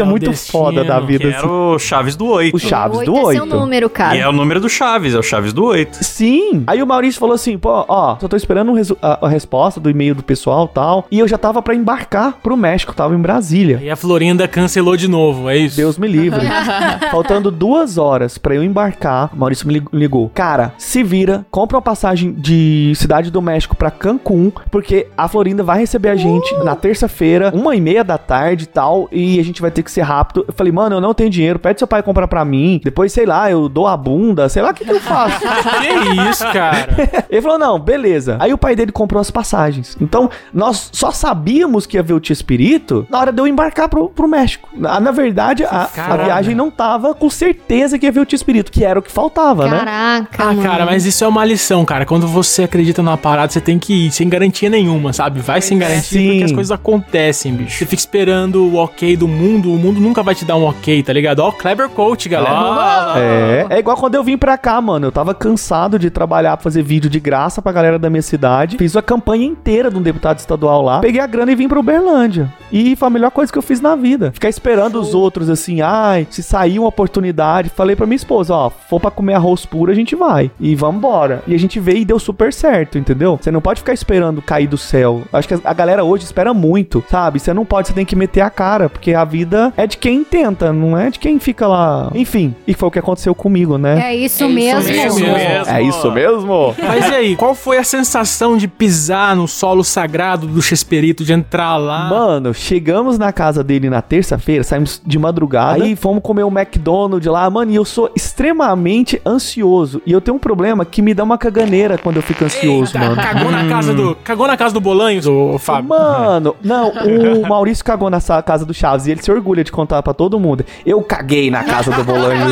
Speaker 6: muito
Speaker 3: destino,
Speaker 6: foda da vida.
Speaker 2: Que era o Chaves do oito.
Speaker 6: O Chaves do
Speaker 4: oito é seu
Speaker 6: oito.
Speaker 4: número, cara.
Speaker 2: E é o número do Chaves, é o Chaves do oito.
Speaker 6: Sim. Aí o Maurício falou assim, pô, ó, só tô esperando um resu- a, a resposta do e-mail do pessoal e tal. E eu já tava pra embarcar pro México, tava em Brasília.
Speaker 3: E a Florinda cancelou de novo, é isso?
Speaker 6: Deus me livre. Faltando duas horas pra eu embarcar, o Maurício me ligou. Cara, se vira, compra uma passagem de Cidade do México pra Cancún, porque a Florinda vai receber a gente uh! na terça-feira, uma e meia da tarde e tal, e a gente vai ter que ser rápido. Eu falei, mano, eu não tenho dinheiro, pede seu pai comprar pra mim, depois, sei lá, eu dou a bunda, sei lá o que, que eu faço.
Speaker 3: Que isso, cara?
Speaker 6: Ele falou, não, beleza. Aí o pai dele comprou as passagens. Então, nós só sabíamos que ia ver o Tio Espírito na hora de eu embarcar pro, pro México. Na, na verdade, a, a viagem não tava com certeza que ia ver o Tio Espírito, que era o que faltava,
Speaker 4: Caraca,
Speaker 6: né?
Speaker 3: Ah,
Speaker 4: mano.
Speaker 3: cara, mas isso é uma lição, cara. Quando você acredita numa parada, você tem que ir sem garantia nenhuma, sabe? Vai sem garantia
Speaker 6: Sim.
Speaker 3: porque as coisas acontecem, bicho. Você fica esperando o ok do mundo, o mundo nunca vai te dar um ok, tá ligado? Ó, Kleber Coach, galera.
Speaker 2: Ah,
Speaker 6: É, é igual quando eu vim pra cá, mano. Eu tava cansado de trabalhar pra fazer vídeo de graça pra galera da minha cidade. Fiz a campanha inteira de um deputado estadual lá. Peguei a grana e vim pra Uberlândia. E foi a melhor coisa que eu fiz na vida. Ficar esperando os outros assim, ai, se sair uma oportunidade. Falei pra minha esposa, ó, for pra comer arroz puro, a gente vai. E vambora. E a gente veio e deu super certo, entendeu? Você não pode ficar esperando cair do céu. Acho que a galera hoje espera muito, sabe? Você não pode, você tem que meter a cara, porque a vida é de quem tenta, não é de quem fica lá. Enfim, e foi o que aconteceu comigo, né?
Speaker 4: É isso
Speaker 9: É isso
Speaker 4: mesmo.
Speaker 9: mesmo.
Speaker 6: É isso mesmo?
Speaker 3: Mas e aí, qual foi a sensação de pisar no solo sagrado do Chespirito, de entrar lá?
Speaker 6: Mano, chegamos na casa dele na terça-feira, saímos de madrugada, aí fomos comer o McDonald's lá. Mano, e eu sou extremamente ansioso. E eu tenho um problema que me dá uma caganeira quando eu fico ansioso,
Speaker 3: Eita,
Speaker 6: mano.
Speaker 3: Cagou na casa do. Cagou na casa do Bolanhos, ô Fábio?
Speaker 6: Mano, não, o Maurício cagou na sa- casa do Chaves e ele se orgulha de contar pra todo mundo. Eu caguei na casa do Bolanhos.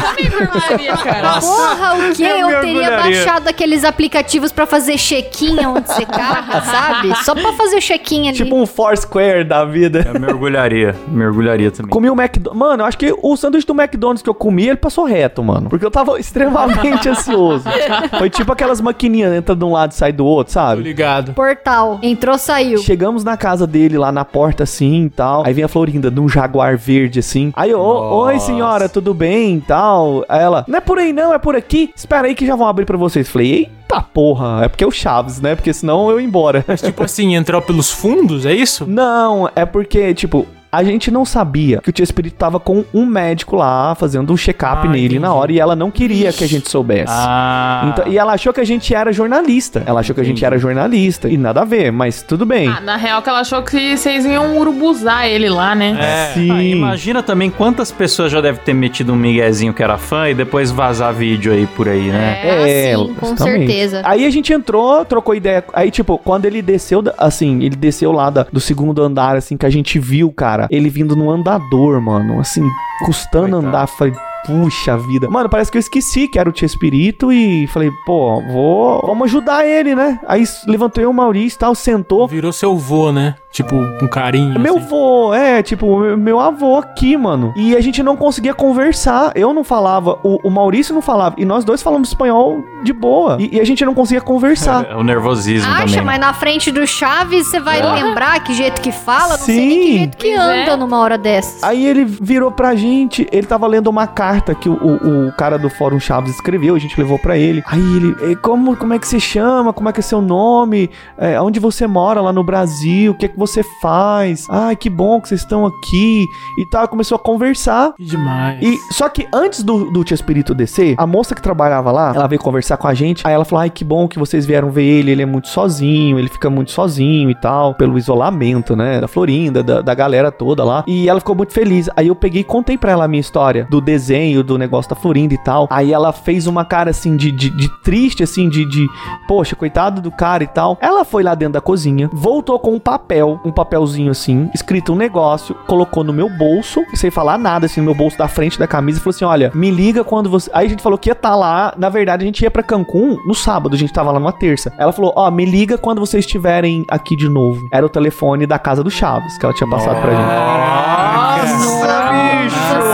Speaker 4: Porra, o quê?
Speaker 2: Eu
Speaker 4: Eu,
Speaker 2: me
Speaker 4: teria
Speaker 2: orgulharia.
Speaker 4: baixado aqueles aplicativos pra fazer check-in onde você caga, sabe? Só pra fazer o check-in ali.
Speaker 6: Tipo um Foursquare da vida.
Speaker 2: Eu mergulharia, mergulharia também.
Speaker 6: Comi o McDonald's. Mano, eu acho que o sanduíche do McDonald's que eu comi, ele passou reto, mano. Porque eu tava extremamente ansioso. Foi tipo aquelas maquininhas, entra de um lado e sai do outro,
Speaker 3: Tô
Speaker 6: sabe?
Speaker 3: ligado.
Speaker 4: Portal. Entrou, saiu.
Speaker 6: Chegamos na casa dele, lá na porta, assim, e tal. Aí vem a Florinda, num Jaguar verde, assim. Aí, eu, "Ô, oi, senhora, tudo bem, e tal?" Aí ela, não é por aí não, é por aqui. Espera aí que já vão abrir pra vocês. Falei, eita porra, é porque é o Chaves, né? Porque senão eu ia embora.
Speaker 3: Mas tipo assim, entrou pelos fundos, é isso?
Speaker 6: Não, é porque, tipo... A gente não sabia que o Tio Espírito tava com um médico lá, fazendo um check-up
Speaker 3: Ah,
Speaker 6: nele
Speaker 3: entendi.
Speaker 6: na hora, e ela não queria que a gente soubesse.
Speaker 2: Ah.
Speaker 6: Então, e ela achou que a gente era jornalista. Ela achou que a gente era jornalista. E nada a ver, mas tudo bem.
Speaker 9: Ah, na real que ela achou que vocês iam urubuzar ele lá, né?
Speaker 2: É,
Speaker 6: Sim.
Speaker 2: ah, imagina também quantas pessoas já devem ter metido um miguezinho que era fã e depois vazar vídeo aí por aí, né?
Speaker 4: É, sim, com
Speaker 6: justamente.
Speaker 4: certeza.
Speaker 6: Aí a gente entrou, trocou ideia. Aí, tipo, quando ele desceu, da- assim, ele desceu lá da- do segundo andar, assim, que a gente viu, cara, ele vindo num andador, mano, assim, custando
Speaker 2: Coitado.
Speaker 6: andar. Falei, puxa vida. Mano, parece que eu esqueci que era o Tio Espírito e falei, pô, vou, vamos ajudar ele, né? Aí levantei o Maurício e tal, sentou.
Speaker 3: Virou seu vô, né? Tipo, com carinho.
Speaker 6: Meu
Speaker 3: assim.
Speaker 6: vô, é, tipo, meu, meu avô aqui, mano. E a gente não conseguia conversar. Eu não falava, o, o Maurício não falava. E nós dois falamos espanhol de boa. E, e a gente não conseguia conversar.
Speaker 2: É o nervosismo
Speaker 4: Acha,
Speaker 2: também.
Speaker 4: mas na frente do Chaves você vai lembrar que jeito que fala, não sei nem que
Speaker 6: Sim.
Speaker 4: jeito que
Speaker 9: Pois
Speaker 4: anda
Speaker 9: é.
Speaker 4: numa hora dessas.
Speaker 6: Aí ele virou pra gente, ele tava lendo uma carta que o, o, o cara do Fórum Chaves escreveu, a gente levou pra ele. Aí ele, "E como, como é que você chama? Como é que é seu nome? É, onde você mora lá no Brasil? O que é que você faz? Ai, que bom que vocês estão aqui." E tal, começou a conversar.
Speaker 3: Que demais.
Speaker 6: E só que antes do, do Tio Espírito descer, a moça que trabalhava lá, ela veio conversar com a gente. Aí ela falou: "Ai, que bom que vocês vieram ver ele. Ele é muito sozinho, ele fica muito sozinho e tal, pelo isolamento, né? Da Florinda, da, da galera toda lá." E ela ficou muito feliz. Aí eu peguei e contei pra ela a minha história do desenho, do negócio da Florinda e tal. Aí ela fez uma cara assim de, de, de triste, assim, de, de poxa, coitado do cara e tal. Ela foi lá dentro da cozinha, voltou com um papel, um papelzinho assim, escrito um negócio, colocou no meu bolso, sem falar nada, assim, no meu bolso da frente da camisa, e falou assim: "Olha, me liga quando você..." Aí a gente falou que ia estar lá. Na verdade, a gente ia pra Cancún no sábado, a gente tava lá numa terça. Ela falou: "Ó, me liga quando vocês estiverem aqui de novo." Era o telefone da casa do Chaves, que ela tinha passado pra gente.
Speaker 2: Nossa, bicho!
Speaker 4: Nossa senhora.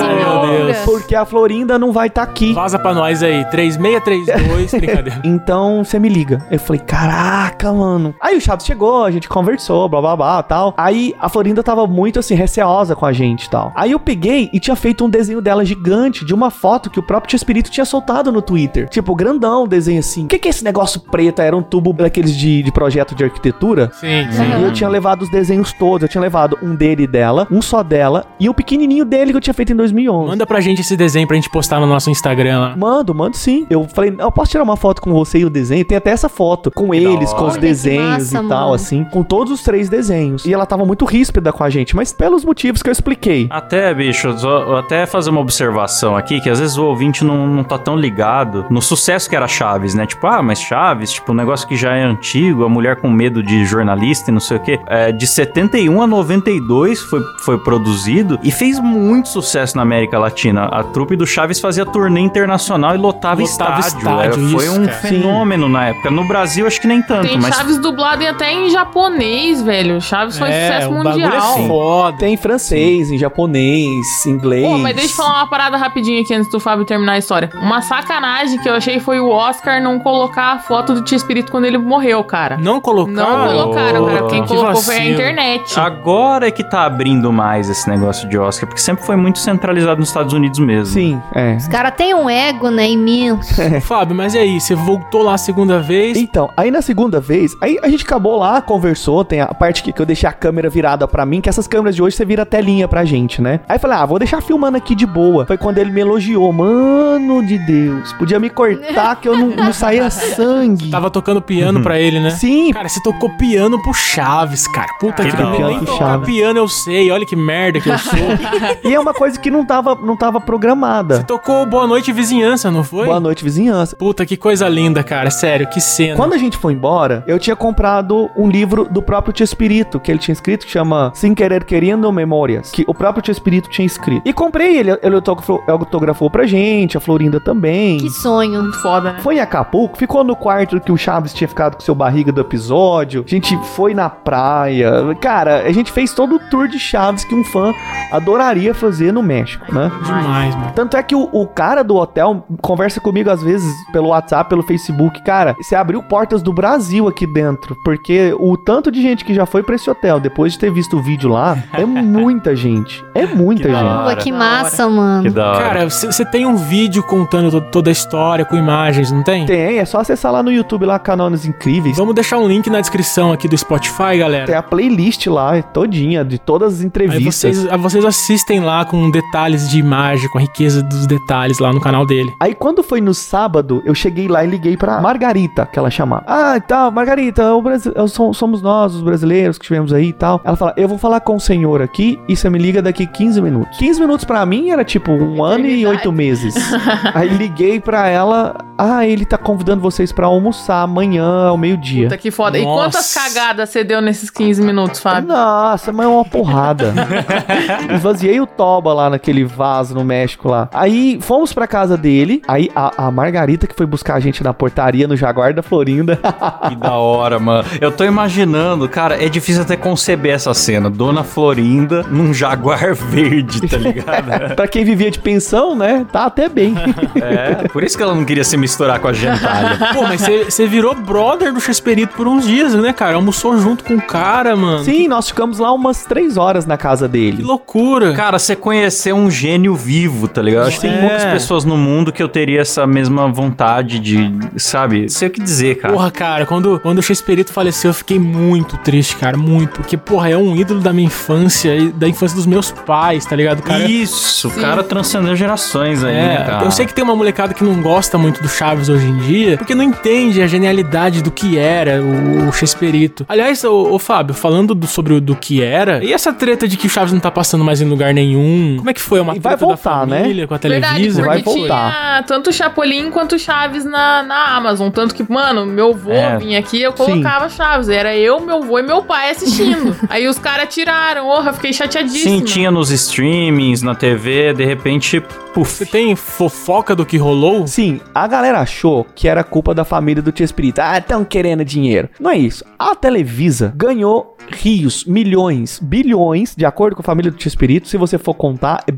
Speaker 3: Deus.
Speaker 6: Porque a Florinda não vai estar tá aqui.
Speaker 3: Vaza pra nós aí, três seis três dois, brincadeira.
Speaker 6: Então, você me liga. Eu falei, caraca, mano. Aí o Chaves chegou, a gente conversou, blá, blá, blá, tal. Aí a Florinda tava muito, assim, receosa com a gente e tal. Aí eu peguei e tinha feito um desenho dela gigante de uma foto que o próprio Chespirito tinha soltado no Twitter. Tipo, grandão, desenho assim. O que que é esse negócio preto? Era um tubo daqueles de, de projeto de arquitetura?
Speaker 3: Sim,
Speaker 6: E
Speaker 3: sim.
Speaker 6: eu tinha levado os desenhos todos. Eu tinha levado um dele e dela, um só dela, e o pequenininho dele que eu tinha feito em dois mil e onze.
Speaker 3: Manda pra gente esse desenho pra gente postar no nosso Instagram lá.
Speaker 6: Mando, mando sim. Eu falei, eu posso tirar uma foto com você e o desenho? Tem até essa foto com eles, com os
Speaker 4: Olha, que
Speaker 6: desenhos
Speaker 4: massa,
Speaker 6: e tal,
Speaker 4: mano.
Speaker 6: assim. Com todos os três desenhos. E ela tava muito ríspida com a gente, mas pelos motivos que eu expliquei.
Speaker 2: Até, bicho, só- até fazer uma observação aqui, que às vezes o ouvinte não, não tá tão ligado no sucesso que era Chaves, né? Tipo, ah, mas Chaves, tipo, um negócio que já é antigo, a mulher com medo de jornalista e não sei o quê. É, de setenta e um a noventa e dois foi, foi produzido e fez muito sucesso na América Latina. A trupe do Chaves fazia turnê internacional e lotava,
Speaker 3: Lotava
Speaker 2: estádio.
Speaker 3: estádio,
Speaker 2: É, foi
Speaker 3: isso,
Speaker 2: um
Speaker 3: cara.
Speaker 2: fenômeno na época. No Brasil, acho que nem tanto,
Speaker 9: Tem
Speaker 2: mas...
Speaker 9: Chaves dublado e até em japonês, velho. Chaves foi
Speaker 3: É,
Speaker 9: sucesso
Speaker 3: o bagulho
Speaker 9: mundial.
Speaker 3: é foda.
Speaker 6: Tem em francês, em japonês, inglês.
Speaker 9: Pô, mas deixa eu falar uma parada rapidinho aqui antes do Fábio terminar a história. Uma sacanagem que eu achei foi o Oscar não colocar a foto do Chespirito quando ele morreu, cara.
Speaker 3: Não colocaram?
Speaker 9: Não colocaram, cara. Quem
Speaker 3: Que
Speaker 9: colocou foi a
Speaker 3: vacilo.
Speaker 9: internet.
Speaker 2: Agora é que tá abrindo mais esse negócio de Oscar, porque sempre foi muito centralizado nos Estados Unidos mesmo.
Speaker 6: Sim, é.
Speaker 4: Os caras têm um ego, né, imenso.
Speaker 3: Fábio, mas e aí? Você voltou lá a segunda vez?
Speaker 6: Então, aí na segunda vez, aí a gente acabou lá, conversou, tem a parte que, que eu deixei a câmera virada pra mim, que essas câmeras de hoje você vira a telinha pra gente, né? Aí eu falei, ah, vou deixar filmando aqui de boa. Foi quando ele me elogiou, mano de Deus, podia me cortar que eu não, não saía sangue.
Speaker 3: Tava tocando piano pra ele, né?
Speaker 6: Sim.
Speaker 3: Cara, você tocou piano pro Chaves, cara. Puta
Speaker 2: Que
Speaker 3: que
Speaker 2: da
Speaker 3: pariu.
Speaker 2: hora.
Speaker 3: Nem
Speaker 6: Pro
Speaker 3: tocar
Speaker 6: Chaves.
Speaker 3: piano eu sei. Olha que merda que eu sou.
Speaker 6: E é uma coisa que não tava, não tava
Speaker 3: Você
Speaker 6: programada.
Speaker 3: tocou Boa Noite Vizinhança, não foi?
Speaker 6: Boa noite, vizinhança.
Speaker 3: Puta, que coisa linda, cara. Sério, que cena.
Speaker 6: Quando a gente foi embora, eu tinha comprado um livro do próprio Chespirito, que ele tinha escrito, que chama Sem Querer Querendo Memórias, que o próprio Chespirito tinha escrito. E comprei ele, ele autografou, autografou pra gente, a Florinda também.
Speaker 4: Que sonho.
Speaker 9: Muito foda, né?
Speaker 6: Foi em Acapulco, ficou no quarto que o Chaves tinha ficado com seu barriga do episódio. A gente foi na praia. Cara, a gente fez todo o tour de Chaves que um fã adoraria fazer no México, né?
Speaker 3: Demais, mano.
Speaker 6: Tanto é que o, o cara do hotel conversa comigo às vezes pelo WhatsApp, pelo Facebook. Cara, você abriu portas do Brasil aqui dentro, porque o tanto de gente que já foi pra esse hotel depois de ter visto o vídeo lá, é muita gente. É muita
Speaker 2: Que da
Speaker 6: gente.
Speaker 2: hora.
Speaker 4: Pô, que
Speaker 9: Da
Speaker 4: massa, mano.
Speaker 2: Que da hora.
Speaker 3: Cara, você tem um vídeo contando to- toda a história com imagens, não tem?
Speaker 6: Tem, é só acessar lá no YouTube, lá, Canones Incríveis.
Speaker 3: Vamos deixar um link na descrição aqui do Spotify, galera.
Speaker 6: Tem a playlist lá, todinha, de todas as
Speaker 3: Aí
Speaker 6: entrevistas.
Speaker 3: vocês, aí vocês assistem lá com detalhes de imagem, com a riqueza dos detalhes lá no canal dele.
Speaker 6: Aí quando foi no sábado, eu cheguei lá e liguei pra Margarita, que ela chamava. Ah, tá, Margarita, o Brasil, eu som- somos nós, os brasileiros que estivemos aí e tal. Ela fala, eu vou falar com o senhor aqui e você me liga daqui quinze minutos. quinze minutos pra mim era tipo um ano e oito meses. Aí liguei pra ela, ah, ele tá convidando vocês pra almoçar amanhã ao meio-dia.
Speaker 9: Puta que foda. E
Speaker 3: Nossa.
Speaker 9: quantas cagadas você deu nesses quinze minutos, Fábio?
Speaker 6: Nossa, mas é uma porrada. Esvaziei o toba lá naquele vaso no México lá. Aí fomos pra casa dele. Aí a, a Margarita que foi buscar a gente na portaria no Jaguar da Florinda.
Speaker 2: Que da hora, mano. Eu tô imaginando, cara, é difícil até conceber essa cena. Dona Florinda num Jaguar verde, tá ligado?
Speaker 6: Pra quem vivia de pensão, né? Tá até bem.
Speaker 2: É, por isso que ela não queria se misturar com a gentalha.
Speaker 3: Pô, mas você virou brother do Chespirito por uns dias, né, cara? Almoçou junto com o cara, mano.
Speaker 6: Sim, nós ficamos lá umas três horas na casa
Speaker 3: Que
Speaker 6: dele.
Speaker 3: loucura.
Speaker 2: Cara, você conheceu um gênio vivo, tá ligado? Acho que tem
Speaker 3: É.
Speaker 2: poucas pessoas no mundo que eu teria essa mesma vontade de, sabe? Não sei o que dizer, cara.
Speaker 3: Porra, cara, quando, quando o Chespirito faleceu, eu fiquei muito triste, cara, muito. Porque, porra, é um ídolo da minha infância e da infância dos meus pais, tá ligado? O cara,
Speaker 2: Isso, o cara transcendeu gerações aí, né,
Speaker 3: é,
Speaker 2: cara?
Speaker 3: eu sei que tem uma molecada que não gosta muito do Chaves hoje em dia, porque não entende a genialidade do que era o, o Chespirito. Aliás, ô, ô Fábio, falando do- sobre o do que era, e essa treta de que o Chaves não tá passando mais em lugar nenhum? Como é que foi? É uma
Speaker 6: E vai
Speaker 3: treta
Speaker 6: voltar,
Speaker 3: da
Speaker 6: né?
Speaker 3: família com a
Speaker 9: Verdade,
Speaker 3: Televisa?
Speaker 9: porque
Speaker 6: vai voltar.
Speaker 9: tinha tanto o Chapolin quanto o Chaves na, na Amazon. Tanto que, mano, meu avô
Speaker 2: É.
Speaker 9: vinha aqui eu colocava Chaves. Era eu, meu avô e meu pai assistindo. Aí os caras tiraram. Porra, fiquei chateadíssima.
Speaker 2: Sim, tinha nos streamings, na T V, de repente, puf.
Speaker 3: Você tem fofoca do que rolou?
Speaker 6: Sim, a galera achou que era culpa da família do Chespirito. Ah, estão querendo dinheiro. Não é isso. A Televisa ganhou rios, milhões, bilhões, de acordo com a família do Chespirito, se você for contar, é bilhões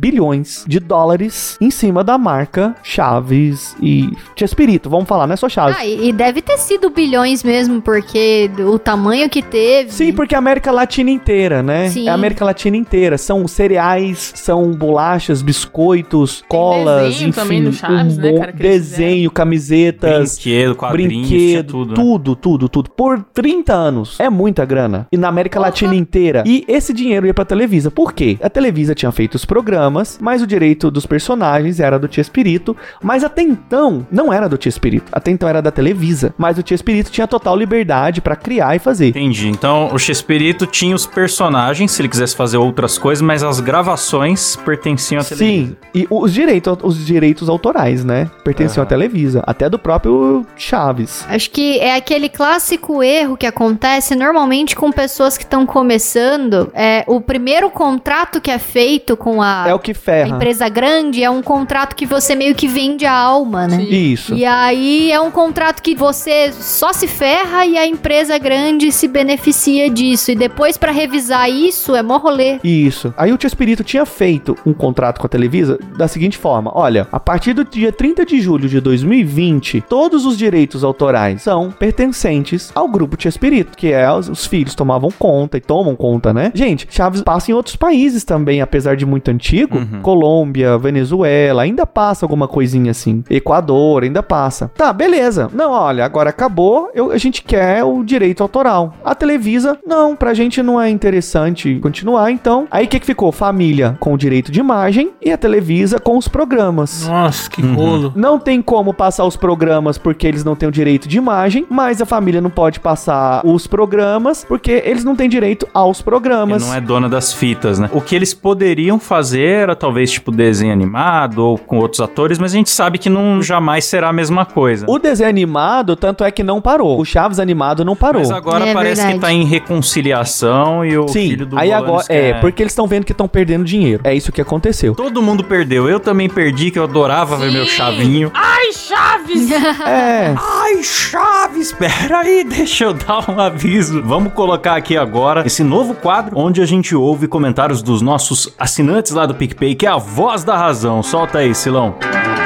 Speaker 6: bilhões de dólares em cima da marca Chaves e Chespirito. Vamos falar, não é só Chaves.
Speaker 4: Ah, e deve ter sido bilhões mesmo, porque o tamanho que teve...
Speaker 6: Sim, porque a América Latina inteira, né?
Speaker 4: Sim.
Speaker 6: É a América Latina inteira. São cereais, são bolachas, biscoitos,
Speaker 9: Tem
Speaker 6: colas,
Speaker 9: desenho
Speaker 6: enfim.
Speaker 9: também do Chaves,
Speaker 6: um
Speaker 9: né,
Speaker 6: mon-
Speaker 9: cara, que eles
Speaker 6: desenho, camisetas,
Speaker 2: Brinquedo, quadrinhos, tinha
Speaker 6: brinquedo,
Speaker 2: tudo, né?
Speaker 6: tudo, tudo, tudo. Por trinta anos. É muita grana. E na América Latina inteira. E esse dinheiro ia pra Televisa. Por quê? A Televisa tinha feito os programas, mas o direito dos personagens era do Chespirito. Mas até então, não era do Chespirito. Até então era da Televisa. Mas o Chespirito tinha total liberdade pra criar e fazer.
Speaker 2: Entendi. Então, o Chespirito tinha os personagens, se ele quisesse fazer outras coisas, mas as gravações pertenciam à Televisa.
Speaker 6: Sim, e os direitos, os direitos autorais, né? Pertenciam
Speaker 2: Aham.
Speaker 6: à Televisa, até do próprio Chaves.
Speaker 4: Acho que é aquele clássico erro que acontece normalmente com pessoas que estão começando. É, o primeiro contrato que é feito com a,
Speaker 6: É o que
Speaker 4: a
Speaker 6: ferra.
Speaker 4: empresa grande é um contrato que você meio que vende a alma, né?
Speaker 6: Isso.
Speaker 4: E aí é um contrato que você só se ferra e a empresa grande se beneficia disso. E depois pra revisar isso é mó rolê.
Speaker 6: Isso. Aí o Chespirito tinha feito um contrato com a Televisa da seguinte forma: olha, a partir do dia trinta de julho de dois mil e vinte, todos os direitos autorais são pertencentes ao grupo Chespirito, que é os, os filhos tomavam conta e tomam conta, né? Gente, Chaves passa em outros países também, apesar de muito antigo.
Speaker 2: Uhum.
Speaker 6: Colômbia, Venezuela, ainda passa alguma coisinha assim. Equador, ainda passa. Tá, beleza. Não, olha, agora acabou, eu, a gente quer o direito autoral. A Televisa, não, pra gente não é interessante continuar, então. Aí o que que ficou? Família com o direito de imagem e a Televisa com os programas.
Speaker 3: Nossa, que
Speaker 2: Uhum.
Speaker 3: rolo.
Speaker 6: Não tem como passar os programas porque eles não têm o direito de imagem, mas a família não pode passar os programas porque eles não têm direito aos
Speaker 2: Ele
Speaker 6: programas.
Speaker 2: não é dona das fitas, né? O que eles poderiam fazer era talvez tipo desenho animado ou com outros atores, mas a gente sabe que não jamais será a mesma coisa.
Speaker 6: O desenho animado, tanto é que não parou. O Chaves animado não parou.
Speaker 2: Mas agora
Speaker 4: É
Speaker 2: parece
Speaker 4: verdade.
Speaker 2: que tá em reconciliação e o
Speaker 6: Sim,
Speaker 2: filho do
Speaker 6: aí
Speaker 2: Bolanes
Speaker 6: agora
Speaker 2: quer-
Speaker 6: é, porque eles estão vendo que estão perdendo dinheiro. É isso que aconteceu.
Speaker 2: Todo mundo perdeu. Eu também perdi, que eu adorava ver meu chavinho.
Speaker 9: Ai, Chaves!
Speaker 6: É.
Speaker 2: Ai, Chaves, espera aí, deixa eu dar um aviso. Vamos colocar aqui agora esse novo quadro, onde a gente ouve comentários dos nossos assinantes lá do PicPay, que é a Voz da Razão. Solta aí, Silão.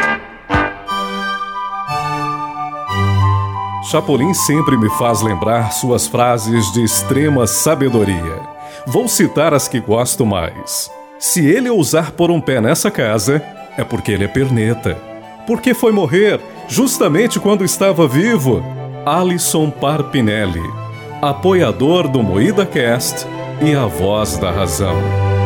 Speaker 10: Chapolin sempre me faz lembrar suas frases de extrema sabedoria. Vou citar as que gosto mais. Se ele ousar pôr um pé nessa casa, é porque ele é perneta. Porque foi morrer justamente quando estava vivo. Alisson Parpinelli, apoiador do Moída Cast e a Voz da Razão.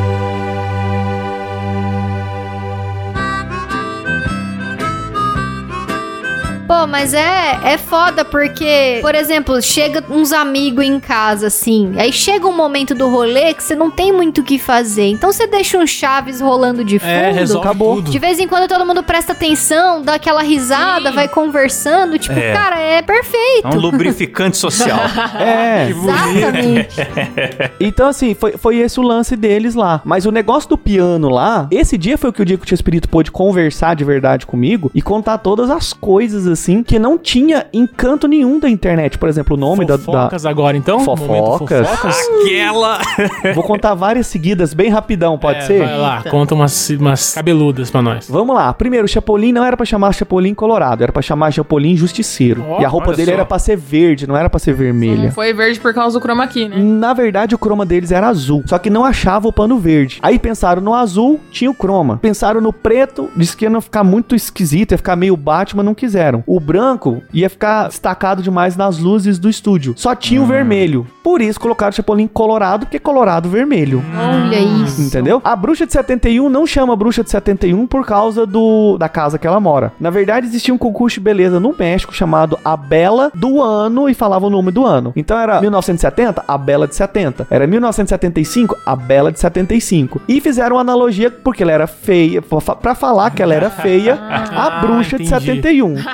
Speaker 4: Pô, mas é, é foda porque, por exemplo, chega uns amigos em casa, assim, aí chega um momento do rolê que você não tem muito o que fazer. Então você deixa um Chaves rolando de fundo.
Speaker 3: É, resolve
Speaker 6: acabou.
Speaker 3: tudo.
Speaker 4: De vez em quando todo mundo presta atenção, dá aquela risada,
Speaker 9: Sim.
Speaker 4: vai conversando. Tipo,
Speaker 2: É.
Speaker 4: cara, é perfeito.
Speaker 2: É um lubrificante social.
Speaker 6: É.
Speaker 4: Exatamente.
Speaker 6: Então, assim, foi, foi esse o lance deles lá. Mas o negócio do piano lá, esse dia foi o dia que o Chespirito pôde conversar de verdade comigo e contar todas as coisas, assim, que não tinha encanto nenhum da internet. Por exemplo, o nome da, da...
Speaker 3: Fofocas agora, então?
Speaker 6: Fofocas.
Speaker 3: Momento fofocas.
Speaker 2: Aquela.
Speaker 6: Vou contar várias seguidas, bem rapidão, pode
Speaker 3: É,
Speaker 6: ser?
Speaker 3: Vai lá, conta umas, umas cabeludas pra nós.
Speaker 6: Vamos lá. Primeiro, o Chapolin não era pra chamar Chapolin Colorado, era pra chamar Chapolin Justiceiro.
Speaker 3: Ó,
Speaker 6: e a roupa
Speaker 2: olha
Speaker 6: dele
Speaker 2: só.
Speaker 6: era pra ser verde, não era pra ser vermelha.
Speaker 9: Não foi verde por causa do chroma key, né?
Speaker 6: Na verdade, o croma deles era azul, só que não achava o pano verde. Aí pensaram no azul, tinha o croma. Pensaram no preto, disse que ia ficar muito esquisito, ia ficar meio Batman, não quiseram. O branco ia ficar destacado demais nas luzes do estúdio. Só tinha o vermelho. Por isso colocaram o Chapolin colorado, porque é colorado vermelho.
Speaker 4: Olha isso.
Speaker 6: Entendeu? A bruxa de setenta e um não chama bruxa de setenta e um por causa do da casa que ela mora. Na verdade, existia um concurso de beleza no México chamado A Bela do Ano e falava o nome do ano. Então era mil novecentos e setenta, a Bela de setenta. Era mil novecentos e setenta e cinco, a Bela de setenta e cinco. E fizeram uma analogia porque ela era feia, pra falar que ela era feia, a
Speaker 3: Ah,
Speaker 6: bruxa de
Speaker 3: entendi.
Speaker 6: setenta e um. Então não é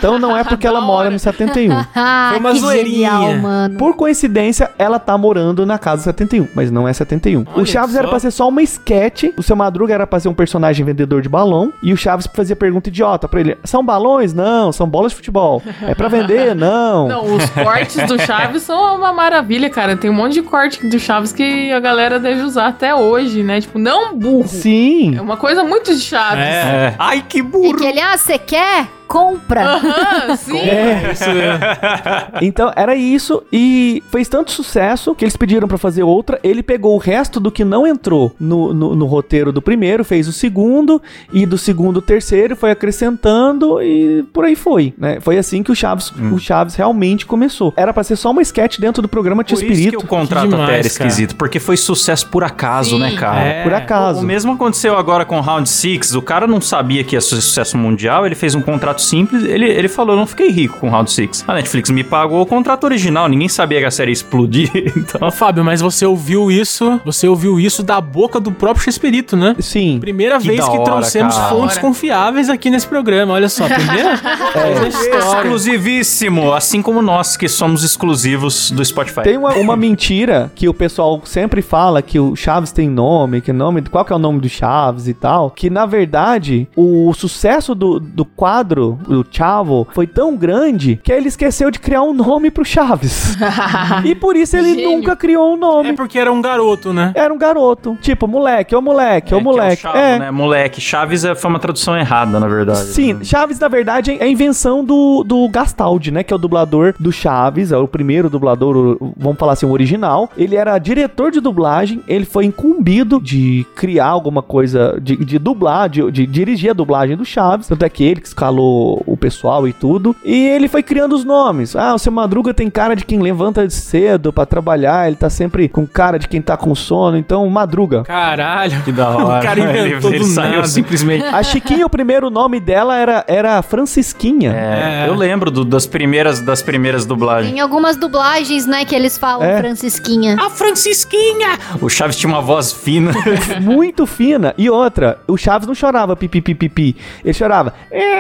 Speaker 6: porque ela mora no setenta e um.
Speaker 4: Ah,
Speaker 3: Foi uma
Speaker 4: que
Speaker 3: zoeirinha.
Speaker 4: genial, mano.
Speaker 6: Por coincidência, ela tá morando na casa setenta e um, mas não é setenta e um.
Speaker 3: Olha
Speaker 6: o Chaves
Speaker 3: só.
Speaker 6: era pra ser só uma esquete, o Seu Madruga era pra ser um personagem vendedor de balão, e o Chaves fazia pergunta idiota pra ele. São balões? Não. São bolas de futebol. É pra vender? Não.
Speaker 9: Não, os cortes do Chaves são uma maravilha, cara. Tem um monte de corte do Chaves que a galera deve usar até hoje, né? Tipo, não burro.
Speaker 6: Sim.
Speaker 9: É uma coisa muito de Chaves.
Speaker 2: É. Ai, que
Speaker 4: E
Speaker 2: burro.
Speaker 4: que ele, ah, você quer? Compra.
Speaker 9: Aham, sim.
Speaker 6: É.
Speaker 3: Isso mesmo.
Speaker 6: Então, era isso, e fez tanto sucesso que eles pediram pra fazer outra. Ele pegou o resto do que não entrou no, no, no roteiro do primeiro, fez o segundo, e do segundo o terceiro, foi acrescentando, e por aí foi, né? Foi assim que o Chaves, hum. o Chaves realmente começou. Era pra ser só uma sketch dentro do programa Tia Espírito.
Speaker 2: Por isso que o contrato
Speaker 3: Que demais,
Speaker 2: até era
Speaker 3: cara.
Speaker 2: esquisito, porque foi sucesso por acaso,
Speaker 9: Sim.
Speaker 2: né, cara?
Speaker 3: É.
Speaker 6: Por acaso.
Speaker 2: O mesmo aconteceu agora com o Round Six. O cara não sabia que ia ser sucesso mundial, ele fez um contrato simples, ele, ele falou, eu não fiquei rico com o Round Six. A Netflix me pagou o contrato original, ninguém sabia que a série ia explodir, então...
Speaker 3: Ô, Fábio, mas você ouviu isso, você ouviu isso da boca do próprio Chespirito, né?
Speaker 6: Sim.
Speaker 3: Primeira
Speaker 2: Que
Speaker 3: vez
Speaker 2: da
Speaker 3: que
Speaker 2: hora,
Speaker 3: trouxemos
Speaker 2: cara.
Speaker 3: fontes confiáveis aqui nesse programa, olha só, primeira vez na história.
Speaker 2: Exclusivíssimo, assim como nós que somos exclusivos do Spotify.
Speaker 6: Tem uma, uma mentira que o pessoal sempre fala, que o Chaves tem nome, que nome, qual que é o nome do Chaves e tal, que na verdade o sucesso do, do quadro, do Chavo, foi tão grande que ele esqueceu de criar um nome pro Chaves. E por isso ele
Speaker 9: Gênio.
Speaker 6: nunca criou um nome.
Speaker 3: É porque era um garoto, né?
Speaker 6: Era um garoto. Tipo, moleque, ô moleque, ô
Speaker 2: É, que
Speaker 6: moleque.
Speaker 2: É, o Chavo,
Speaker 6: É.
Speaker 2: né? Moleque. Chaves é- foi uma tradução errada, na verdade.
Speaker 6: Sim, Chaves, na verdade, é a invenção do, do Gastaldi, né? Que é o dublador do Chaves, é o primeiro dublador, o- vamos falar assim, o original. Ele era diretor de dublagem, ele foi incumbido de criar alguma coisa, de, de dublar, de, de dirigir a dublagem do Chaves. Tanto é que ele que escalou o pessoal e tudo. E ele foi criando os nomes. Ah, o Seu Madruga tem cara de quem levanta cedo pra trabalhar, ele tá sempre com cara de quem tá com sono, então Madruga.
Speaker 3: Caralho.
Speaker 2: Que da hora.
Speaker 3: O cara inventou
Speaker 2: ele,
Speaker 3: do
Speaker 2: ele saiu
Speaker 3: nada.
Speaker 2: simplesmente...
Speaker 6: A Chiquinha, o primeiro nome dela era, era Francisquinha.
Speaker 2: É,
Speaker 3: É.
Speaker 2: eu lembro do- das, primeiras, das primeiras dublagens.
Speaker 4: Tem algumas dublagens, né, que eles falam
Speaker 6: É.
Speaker 4: Francisquinha.
Speaker 2: A Francisquinha! O Chaves tinha uma voz fina.
Speaker 6: Muito fina. E outra, o Chaves não chorava pipi, pipi, pipi. Ele chorava.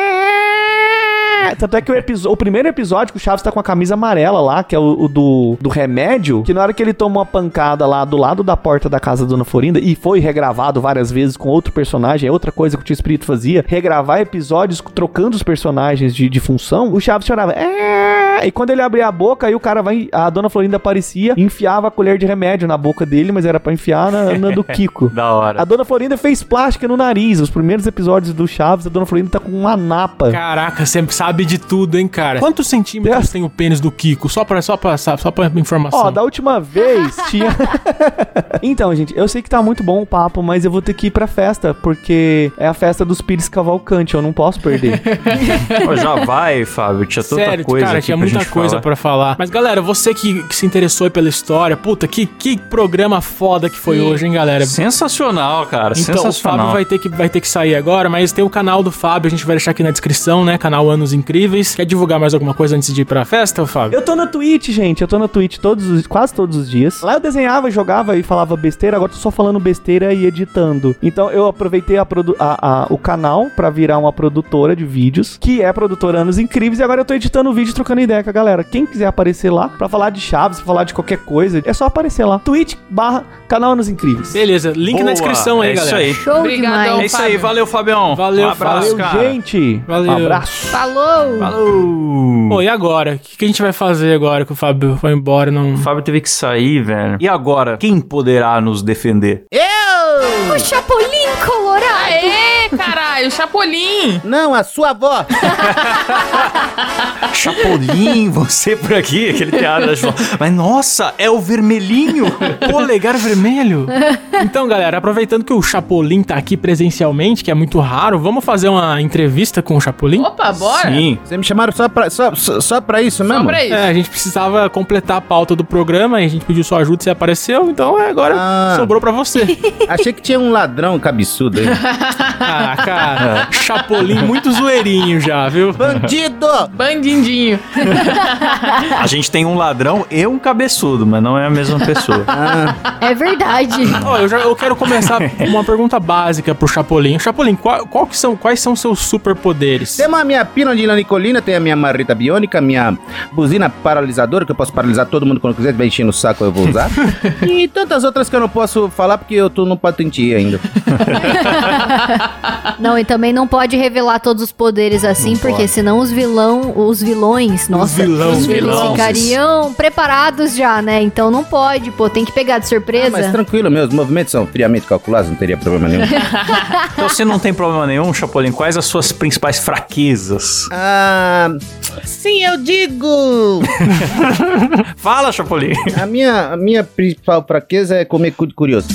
Speaker 6: Tanto é que o, episo- o primeiro episódio que o Chaves tá com a camisa amarela lá, que é o, o do, do remédio, que na hora que ele toma uma pancada lá do lado da porta da casa da Dona Florinda, e foi regravado várias vezes com outro personagem, é outra coisa que o Tio Espírito fazia, regravar episódios trocando os personagens de, de função, o Chaves chorava. E quando ele abria a boca, aí o cara vai, a Dona Florinda aparecia e enfiava a colher de remédio na boca dele, mas era pra enfiar na, na do Kiko.
Speaker 2: Da hora.
Speaker 6: A Dona Florinda fez plástica no nariz. Os primeiros episódios do Chaves, a Dona Florinda tá com uma napa.
Speaker 3: Caraca, você sabe de tudo, hein, cara? Quantos centímetros
Speaker 6: Deus.
Speaker 3: tem o pênis do Kiko? Só pra, só pra, só pra informação.
Speaker 6: Ó, da última vez tinha... Então, gente, eu sei que tá muito bom o papo, mas eu vou ter que ir pra festa, porque é a festa dos Pires Cavalcante, eu não posso perder.
Speaker 2: Pô, já vai, Fábio. Tinha tanta
Speaker 3: Sério,
Speaker 2: coisa
Speaker 3: cara,
Speaker 2: aqui
Speaker 3: tinha
Speaker 2: pra
Speaker 3: muita
Speaker 2: gente
Speaker 3: coisa
Speaker 2: falar.
Speaker 3: pra falar. Mas, galera, você que, que se interessou aí pela história, puta, que, que programa foda que foi
Speaker 9: Sim.
Speaker 3: hoje, hein, galera?
Speaker 2: Sensacional, cara.
Speaker 3: Então, o
Speaker 2: sensacional.
Speaker 3: Fábio vai ter, que, vai ter que sair agora, mas tem o canal do Fábio, a gente vai deixar aqui na descrição, né? Canal Anos Incríveis. Quer divulgar mais alguma coisa antes de ir pra festa, Fábio?
Speaker 6: Eu tô na Twitch, gente, eu tô na Twitch todos os, quase todos os dias. Lá eu desenhava, jogava e falava besteira, agora tô só falando besteira e editando. Então eu aproveitei a produ- a- a- o canal pra virar uma produtora de vídeos, que é produtora Anos Incríveis, e agora eu tô editando vídeo trocando ideia com a galera. Quem quiser aparecer lá pra falar de Chaves, pra falar de qualquer coisa, é só aparecer lá. Twitch barra canal Anos Incríveis.
Speaker 3: Beleza, link
Speaker 2: Boa,
Speaker 3: na descrição aí,
Speaker 2: é isso
Speaker 3: galera.
Speaker 2: aí.
Speaker 4: Show
Speaker 9: Obrigadão.
Speaker 4: demais.
Speaker 2: É isso aí,
Speaker 9: Fábio.
Speaker 2: valeu, Fabião.
Speaker 3: Valeu,
Speaker 2: um abraço,
Speaker 6: Valeu,
Speaker 2: cara.
Speaker 6: gente.
Speaker 3: Valeu.
Speaker 6: Um abraço.
Speaker 4: Falou!
Speaker 2: Falou!
Speaker 3: Pô, e agora? O que, que a gente vai fazer agora que o Fábio foi embora? Não...
Speaker 2: O Fábio teve que sair, velho. E agora, quem poderá nos defender?
Speaker 4: O Chapolin Colorado!
Speaker 9: Aê, caralho, Chapolin!
Speaker 1: Não, a sua avó.
Speaker 2: Chapolin, você por aqui, aquele teatro da João. Mas nossa, é o vermelhinho.
Speaker 3: Polegar vermelho? Então, galera, aproveitando que o Chapolin tá aqui presencialmente, que é muito raro, vamos fazer uma entrevista com o Chapolin?
Speaker 9: Opa, bora!
Speaker 2: Sim.
Speaker 1: Vocês me chamaram só pra, só, só, só pra isso
Speaker 9: Só
Speaker 1: mesmo?
Speaker 9: pra isso.
Speaker 3: É, a gente precisava completar a pauta do programa e a gente pediu sua ajuda e você apareceu, então é, agora
Speaker 1: Ah.
Speaker 3: sobrou pra você.
Speaker 1: Achei que tinha um ladrão cabeçudo aí.
Speaker 3: Ah, Ah, cara, Chapolin muito zoeirinho já, viu?
Speaker 1: Bandido!
Speaker 9: Bandindinho.
Speaker 2: A gente tem um ladrão e um cabeçudo, mas não é a mesma pessoa.
Speaker 4: É verdade.
Speaker 3: Ó, eu, já, eu quero começar com uma pergunta básica pro Chapolin. Chapolin, qual, qual que são, quais são seus superpoderes?
Speaker 1: Tem a minha pílula de nanicolina, tem a minha marreta biônica, minha buzina paralisadora, que eu posso paralisar todo mundo quando quiser, vai enchendo o saco, eu vou usar. E tantas outras que eu não posso falar porque eu tô no patente ainda.
Speaker 4: Não, e também não pode revelar todos os poderes assim,
Speaker 2: Não
Speaker 4: porque
Speaker 2: pode.
Speaker 4: senão os vilão, os vilões, nossa,
Speaker 3: vilão,
Speaker 4: os vilões
Speaker 2: vilões.
Speaker 4: ficariam preparados já, né? Então não pode, pô, tem que pegar de
Speaker 1: Ah,
Speaker 4: surpresa.
Speaker 1: mas tranquilo, meus movimentos são friamente calculados, não teria problema nenhum.
Speaker 2: Então você não tem problema nenhum, Chapolin. Quais as suas principais fraquezas?
Speaker 1: Ah, sim, eu digo!
Speaker 2: Fala, Chapolin.
Speaker 1: A minha, a minha principal fraqueza é comer cu de curioso.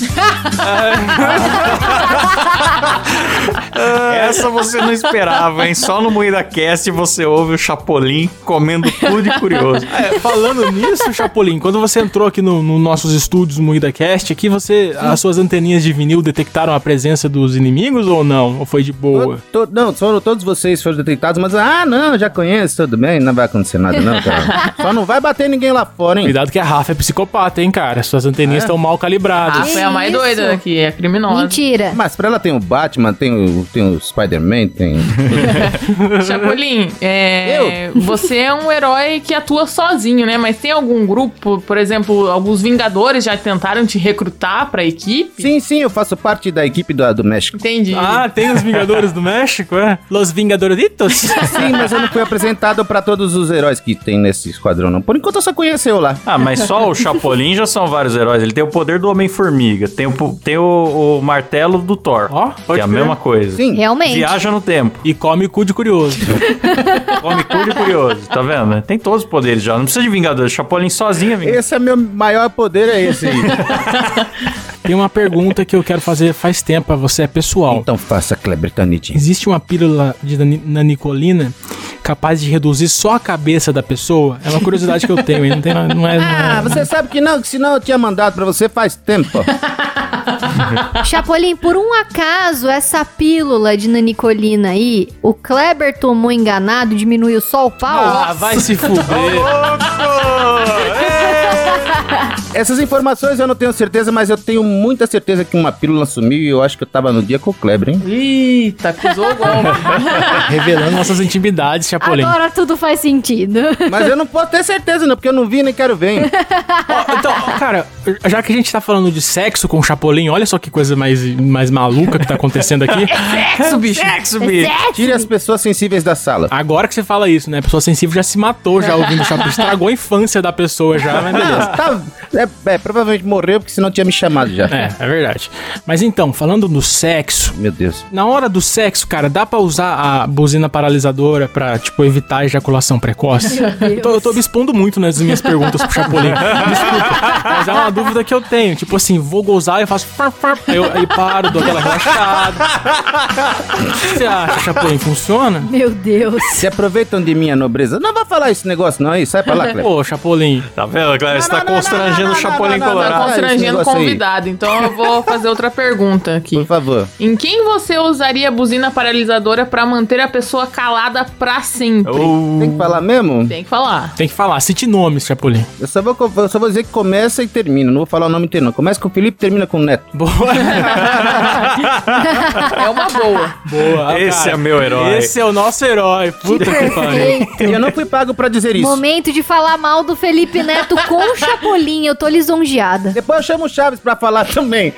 Speaker 2: Essa você não esperava, hein? Só no Moída Cast você ouve o Chapolin comendo tudo de curioso.
Speaker 3: É, falando nisso, Chapolin, quando você entrou aqui nos no nossos estúdios Moída Cast, aqui você, as suas anteninhas de vinil detectaram a presença dos inimigos ou não? Ou foi de boa?
Speaker 1: To- to- não, só todos vocês foram detectados, mas ah, não, já conheço, tudo bem, não vai acontecer nada não, cara. Só não vai bater ninguém lá fora, hein?
Speaker 3: Cuidado que a Rafa é psicopata, hein, cara? Suas anteninhas estão mal calibradas.
Speaker 9: Ah, foi a mais
Speaker 4: isso?
Speaker 9: doida daqui, é criminosa.
Speaker 4: Mentira.
Speaker 1: Mas pra ela tem o Batman, tem o, tem o Spider-Man, tem...
Speaker 9: Chapolin, é, você é um herói que atua sozinho, né? Mas tem algum grupo, por exemplo, alguns Vingadores já tentaram te recrutar pra equipe?
Speaker 1: Sim, sim, eu faço parte da equipe do, do México.
Speaker 9: Entendi.
Speaker 3: Ah, tem os Vingadores do México, é? Los Vingadoritos?
Speaker 1: Sim, mas eu não fui apresentado pra todos os heróis que tem nesse esquadrão, não. Por enquanto eu só conheço eu lá.
Speaker 2: Ah, mas só o Chapolin já são vários heróis. Ele tem o poder do Homem-Formiga, tem, o, po- tem o, o martelo do Thor,
Speaker 3: Ó,
Speaker 2: que
Speaker 3: pode
Speaker 2: é a
Speaker 3: crer.
Speaker 2: mesma coisa.
Speaker 1: Sim.
Speaker 4: Realmente.
Speaker 2: Viaja no tempo,
Speaker 3: E come cu de curioso.
Speaker 2: come cu de curioso, tá vendo? Tem todos os poderes já, não precisa de Vingadores. Chapolin sozinho, amigo.
Speaker 1: Esse é meu maior poder, é esse aí.
Speaker 3: Tem uma pergunta que eu quero fazer faz tempo, você é pessoal.
Speaker 1: Então faça, Kleber Tanit.
Speaker 3: Existe uma pílula de nani- nanicolina capaz de reduzir só a cabeça da pessoa? É uma curiosidade que eu tenho, hein? Não, tem, não é... Não
Speaker 1: Ah,
Speaker 3: é...
Speaker 1: você sabe que não, que senão eu tinha mandado pra você faz tempo.
Speaker 4: Chapolin, por um acaso, essa pílula de nanicolina aí, o Kleber tomou enganado, diminuiu só o pau?
Speaker 3: Ah, vai se fuder.
Speaker 1: Essas informações eu não tenho certeza, mas eu tenho muita certeza que uma pílula sumiu e eu acho que eu tava no dia com o Kleber, hein?
Speaker 9: Eita, acusou o golpe.
Speaker 3: Revelando nossas intimidades, Chapolin.
Speaker 4: Agora tudo faz sentido.
Speaker 1: Mas eu não posso ter certeza, não, porque eu não vi nem quero ver, hein?
Speaker 3: Ó, então, cara, já que a gente tá falando de sexo com o Chapolin, olha só que coisa mais, mais maluca que tá acontecendo aqui.
Speaker 9: Sexo, bicho.
Speaker 2: Sexo, bicho.
Speaker 1: Tire as pessoas sensíveis da sala.
Speaker 3: Agora que você fala isso, né? A pessoa sensível já se matou já ouvindo o Chapolin. Estragou a infância da pessoa já, mas beleza.
Speaker 1: Tá, é, é, provavelmente morreu, porque senão tinha me chamado já.
Speaker 3: É, é verdade. Mas então, falando do sexo,
Speaker 1: Meu Deus.
Speaker 3: na hora do sexo, cara, dá pra usar a buzina paralisadora pra, tipo, evitar a ejaculação precoce? Eu tô, eu tô me expondo muito nas minhas perguntas pro Chapolin. Desculpa, mas é uma dúvida que eu tenho. Tipo assim, vou gozar e eu faço... far, far, aí eu aí paro, dou aquela relaxada. O que você acha, Chapolin? Funciona?
Speaker 4: Meu Deus.
Speaker 1: Se aproveitam de minha nobreza. Não vai falar esse negócio não aí, sai pra lá, Kleber.
Speaker 3: Pô, Chapolin.
Speaker 2: Tá vendo, Cleber? Você tá
Speaker 1: Não, não,
Speaker 2: constrangendo
Speaker 1: não, não,
Speaker 2: o Chapolin
Speaker 1: não, não, não,
Speaker 2: Colorado.
Speaker 1: não,
Speaker 9: Tá
Speaker 1: esse
Speaker 9: constrangendo o
Speaker 1: negócio aí.
Speaker 9: convidado, então eu vou fazer outra pergunta aqui.
Speaker 1: Por favor.
Speaker 9: Em quem você usaria a buzina paralisadora pra manter a pessoa calada pra sempre?
Speaker 2: Oh.
Speaker 1: Tem que falar mesmo?
Speaker 9: Tem que falar.
Speaker 3: Tem que falar, cite nomes, Chapolin.
Speaker 1: Eu só vou, eu só vou dizer que começa e termina. Não vou falar o nome inteiro, não. Começa com o Felipe e termina com o Neto.
Speaker 3: Boa.
Speaker 9: É uma boa.
Speaker 3: Boa.
Speaker 2: Esse
Speaker 3: cara.
Speaker 2: é meu herói.
Speaker 3: Esse é o nosso herói. Puta que pariu.
Speaker 4: Perfeito.
Speaker 1: E eu não fui pago pra dizer isso.
Speaker 4: Momento de falar mal do Felipe Neto com o Chapolin. Eu tô lisonjeada.
Speaker 1: Depois eu chamo o Chaves pra falar também.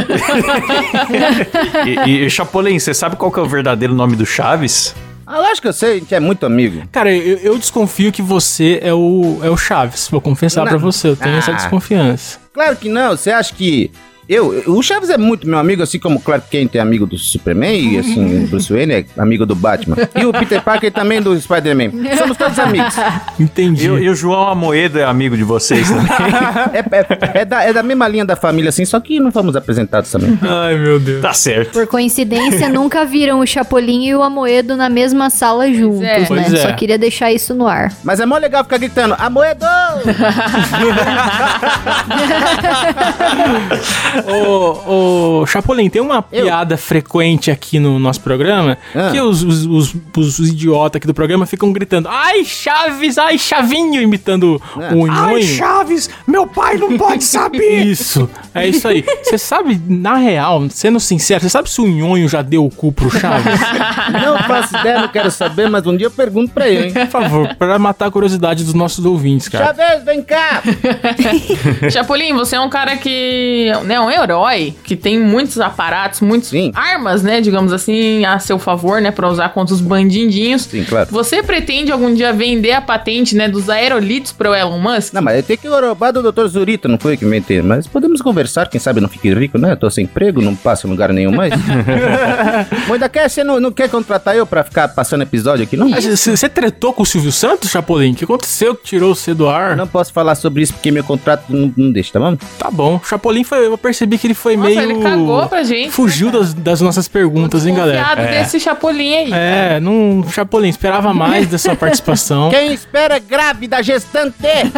Speaker 2: E, e, Chapolin, você sabe qual que é o verdadeiro nome do Chaves?
Speaker 1: Ah, lógico que eu sei, a gente é muito amigo.
Speaker 3: Cara, eu, eu desconfio que você é o, é o Chaves. Vou confessar
Speaker 1: Não.
Speaker 3: pra você, eu tenho
Speaker 1: Ah.
Speaker 3: essa desconfiança.
Speaker 1: Claro que não, você acha que... Eu, o Chaves é muito meu amigo, assim como o Clark Kent é amigo do Superman e assim, o Bruce Wayne é amigo do Batman. E o Peter Parker também do Spider-Man. Somos todos amigos.
Speaker 3: Entendi.
Speaker 2: E, o- e o João Amoedo é amigo de vocês também.
Speaker 1: É, é, é, da, é da mesma linha da família, assim, só que não fomos apresentados também.
Speaker 3: Ai, meu Deus.
Speaker 2: Tá certo.
Speaker 4: Por coincidência, nunca viram o Chapolin e o Amoedo na mesma sala juntos,
Speaker 9: é.
Speaker 4: né?
Speaker 3: Pois é.
Speaker 4: Só queria deixar isso no ar.
Speaker 1: Mas é mó legal ficar gritando, Amoedo!
Speaker 3: Ô, ô, Chapolin, tem uma
Speaker 1: Eu?
Speaker 3: piada frequente aqui no nosso programa,
Speaker 1: Ah.
Speaker 3: que os, os, os, os idiotas aqui do programa ficam gritando, ai, Chaves, ai, Chavinho, imitando
Speaker 1: Ah.
Speaker 3: o nhonho.
Speaker 2: Chaves, meu pai não pode saber.
Speaker 3: Isso, é isso aí. Você sabe, na real, sendo sincero, você sabe se o nhonho já deu o cu pro Chaves?
Speaker 1: Não faço ideia, não quero saber, mas um dia eu pergunto pra ele, hein?
Speaker 3: Por favor, pra matar a curiosidade dos nossos ouvintes, cara.
Speaker 1: Chaves, vem cá!
Speaker 9: Chapolin, você é um cara que, né, um herói, que tem muitos aparatos, muitas
Speaker 1: Sim.
Speaker 9: armas, né, digamos assim, a seu favor, né, pra usar contra os bandidinhos.
Speaker 1: Sim, claro.
Speaker 9: Você pretende algum dia vender a patente, né, dos aerolitos pro Elon Musk?
Speaker 1: Não, mas eu tenho que roubar do doutor Zurita, não foi que inventei. Mas podemos conversar, quem sabe eu não fique rico, né? Eu tô sem emprego, não passo em lugar nenhum mais. Moida quer, você não, não quer contratar eu pra ficar passando episódio aqui, não?
Speaker 3: Mas Você você tretou com o Silvio Santos, Chapolin? O que aconteceu que tirou você do ar?
Speaker 1: Não posso falar sobre isso porque meu contrato não, não deixa, tá bom?
Speaker 3: Tá bom. O Chapolin foi. Eu percebi que ele foi
Speaker 9: Nossa,
Speaker 3: meio.
Speaker 9: ele cagou pra gente,
Speaker 3: Fugiu
Speaker 9: né, cara?
Speaker 3: das, das nossas perguntas, hein, galera?
Speaker 9: Confiado desse Chapolin aí.
Speaker 3: É, não. Chapolin, esperava mais da sua participação.
Speaker 1: Quem espera é grávida, gestante!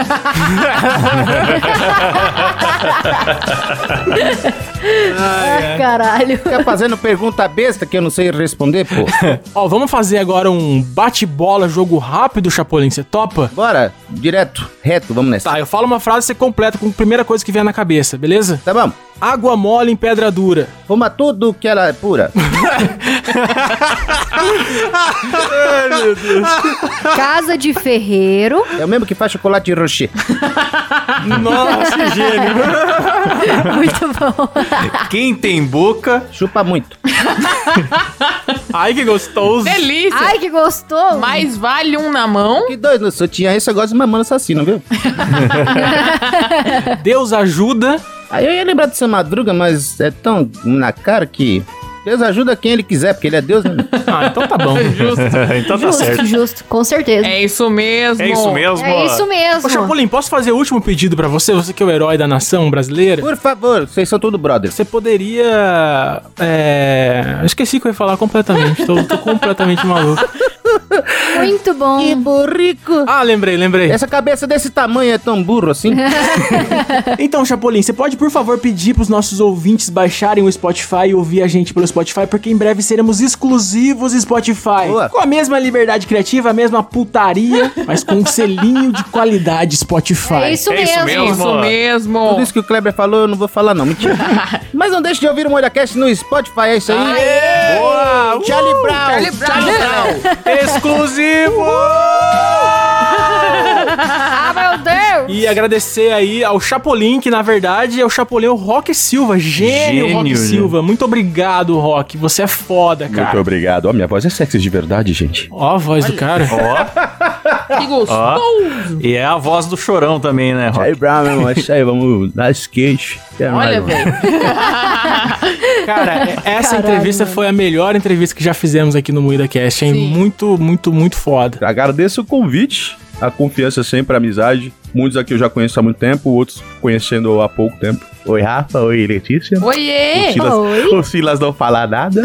Speaker 4: Ah, caralho.
Speaker 1: Fica fazendo pergunta besta que eu não sei responder, pô.
Speaker 3: Ó, vamos fazer agora um bate-bola, jogo rápido, Chapolin. Você topa?
Speaker 1: Bora, direto, reto, vamos nessa.
Speaker 3: Tá, eu falo uma frase e você completa com a primeira coisa que vier na cabeça, beleza?
Speaker 1: Tá bom.
Speaker 3: Água mole em pedra dura.
Speaker 1: Fuma tudo que ela é pura.
Speaker 3: Ai, meu Deus.
Speaker 4: Casa de ferreiro.
Speaker 1: É o mesmo que faz chocolate rocher.
Speaker 3: Nossa, que gênio.
Speaker 4: Muito bom.
Speaker 2: Quem tem boca...
Speaker 1: Chupa muito.
Speaker 3: Ai, que gostoso.
Speaker 9: Delícia.
Speaker 4: Ai, que gostoso.
Speaker 9: Mais vale um na mão.
Speaker 1: Que doido, se eu tinha isso, eu gosto de mamando assassino, viu?
Speaker 3: Deus ajuda.
Speaker 1: Aí eu ia lembrar de São Madruga, mas é tão na cara que... Deus ajuda quem ele quiser, porque ele é Deus, né?
Speaker 3: Ah, então tá bom.
Speaker 9: Justo.
Speaker 2: Então tá
Speaker 4: Justo,
Speaker 2: certo.
Speaker 4: justo. Com certeza.
Speaker 9: É isso mesmo.
Speaker 2: É isso mesmo.
Speaker 4: É isso mesmo.
Speaker 3: Ô, Chapolin, posso fazer o último pedido pra você? Você que é o herói da nação brasileira?
Speaker 1: Por favor, vocês são tudo brothers.
Speaker 3: Você poderia... É... Eu esqueci o que eu ia falar completamente. Tô, tô completamente maluco.
Speaker 4: Muito bom.
Speaker 1: Que burrico.
Speaker 3: Ah, lembrei, lembrei.
Speaker 1: Essa cabeça desse tamanho é tão burro assim?
Speaker 3: Então, Chapolin, você pode, por favor, pedir pros nossos ouvintes baixarem o Spotify e ouvir a gente pelo Spotify, porque em breve seremos exclusivos Spotify.
Speaker 1: Boa.
Speaker 3: Com a mesma liberdade criativa, a mesma putaria, mas com um selinho de qualidade Spotify.
Speaker 4: É isso
Speaker 2: É isso
Speaker 4: mesmo.
Speaker 2: mesmo.
Speaker 9: Isso mesmo.
Speaker 1: Tudo isso que o Kleber falou, eu não vou falar não, mentira. Mas não deixe de ouvir o MoidaCast no Spotify, é isso aí.
Speaker 9: Aê!
Speaker 1: Boa! Charlie Brown!
Speaker 9: Charlie Brown.
Speaker 1: Brown!
Speaker 2: Exclusivo!
Speaker 4: Ah, meu Deus.
Speaker 3: E agradecer aí ao Chapolin, que na verdade é o Chapolin o Rock Silva. Gênio,
Speaker 2: Gênio,
Speaker 3: Rock
Speaker 2: né?
Speaker 3: Silva. Muito obrigado, Rock. Você é foda, cara.
Speaker 1: Muito obrigado. Ó, minha voz é sexy de verdade, gente.
Speaker 3: Ó a voz do cara.
Speaker 2: Ó,
Speaker 9: Que gostoso.
Speaker 2: ó. E é a voz do Chorão também, né, Rock?
Speaker 1: Charlie Brown, meu irmão, é isso aí, vamos dar skate.
Speaker 9: Olha, velho.
Speaker 3: Cara, essa
Speaker 4: Caralho,
Speaker 3: entrevista
Speaker 4: mano.
Speaker 3: foi a melhor entrevista que já fizemos aqui no MoídaCast, hein?
Speaker 9: Sim.
Speaker 3: Muito, muito, muito foda.
Speaker 11: Agradeço o convite, a confiança sempre, a amizade. Muitos aqui eu já conheço há muito tempo, outros conhecendo há pouco tempo. Oi, Rafa. Oi, Letícia.
Speaker 9: Oiê.
Speaker 11: O Silas,
Speaker 4: Oi.
Speaker 11: o Silas não fala nada.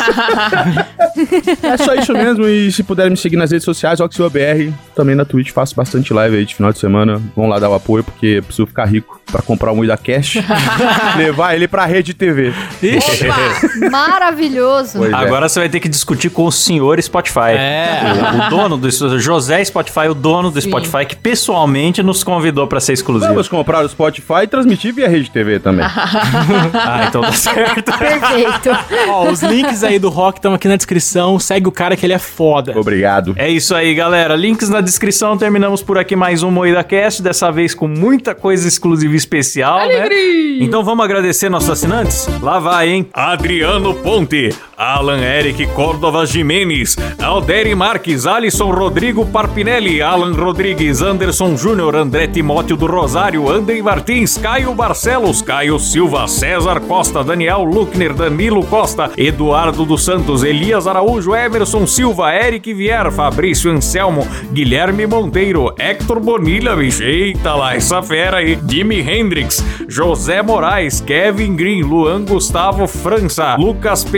Speaker 11: É só isso mesmo. E se puderem me seguir nas redes sociais, OxilBR, também na Twitch, faço bastante live aí de final de semana. Vão lá dar o apoio, porque eu preciso ficar rico pra comprar o MoidaCast. Levar ele pra rede T V.
Speaker 9: Opa.
Speaker 4: Maravilhoso.
Speaker 11: Pois é.
Speaker 2: Agora você vai ter que discutir com o senhor Spotify.
Speaker 3: É.
Speaker 2: O, o dono do José Spotify, o dono do
Speaker 9: Sim.
Speaker 2: Spotify, que pessoalmente nos convidou pra ser exclusivo.
Speaker 11: Vamos comprar o Spotify e transmitir via rede T V também.
Speaker 2: Ah, então tá certo.
Speaker 4: Perfeito.
Speaker 3: Ó, os links aí do Rock estão aqui na descrição. Segue o cara que ele é foda.
Speaker 11: Obrigado.
Speaker 2: É isso aí, galera. Links na descrição. Terminamos por aqui mais um MoídaCast, dessa vez com muita coisa exclusiva e especial, né? Então vamos agradecer nossos assinantes? Lá vai, hein? Adriano Ponte, Alan Eric Córdova Jimenez, Alderi Marques, Alisson Rodrigo Parpinelli, Alan Rodrigues, Anderson Júnior, André Timóteo do Rosário, Andrei Martins, Caio Barcelos, Caio Silva, César Costa, Daniel Luckner, Danilo Costa, Eduardo dos Santos, Elias Araújo, Emerson Silva, Eric Vier, Fabrício Anselmo, Guilherme Monteiro, Hector Bonilha, bicho, eita lá, essa fera aí, Jimi Hendrix, José Moraes, Kevin Green, Luan Gustavo França, Lucas Pereira,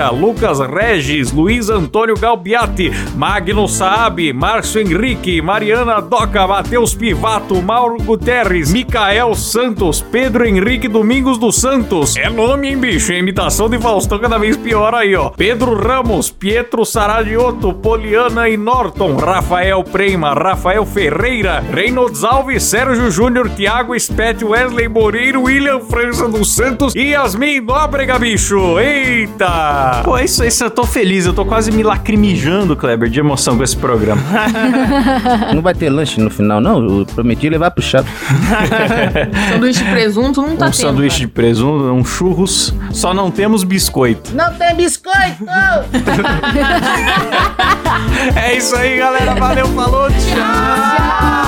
Speaker 2: Oliveira, Lucas Regis, Luiz Antônio Galbiati, Magno Saab, Márcio Henrique, Mariana Doca, Matheus Pivato, Mauro Guterres, Micael Santos, Pedro Henrique Domingos dos Santos. É nome, hein, bicho? A imitação de Faustão cada vez pior aí, ó. Pedro Ramos, Pietro Saradioto, Poliana e Norton, Rafael Prema, Rafael Ferreira, Reynolds Alves, Sérgio Júnior, Thiago Spet, Wesley Moreiro, William França dos Santos e Yasmin Nóbrega, bicho. Eita! Pô, isso aí, eu tô feliz, eu tô quase me lacrimejando, Kleber, de emoção com esse programa.
Speaker 1: Não vai ter lanche no final, não? Eu prometi levar pro chato.
Speaker 9: Sanduíche de presunto não tá
Speaker 2: um
Speaker 9: tendo.
Speaker 2: Sanduíche
Speaker 9: cara.
Speaker 2: de presunto, um churros, só não temos biscoito.
Speaker 5: Não tem biscoito!
Speaker 2: É isso aí, galera. Valeu, falou, tchau!
Speaker 5: Tchau!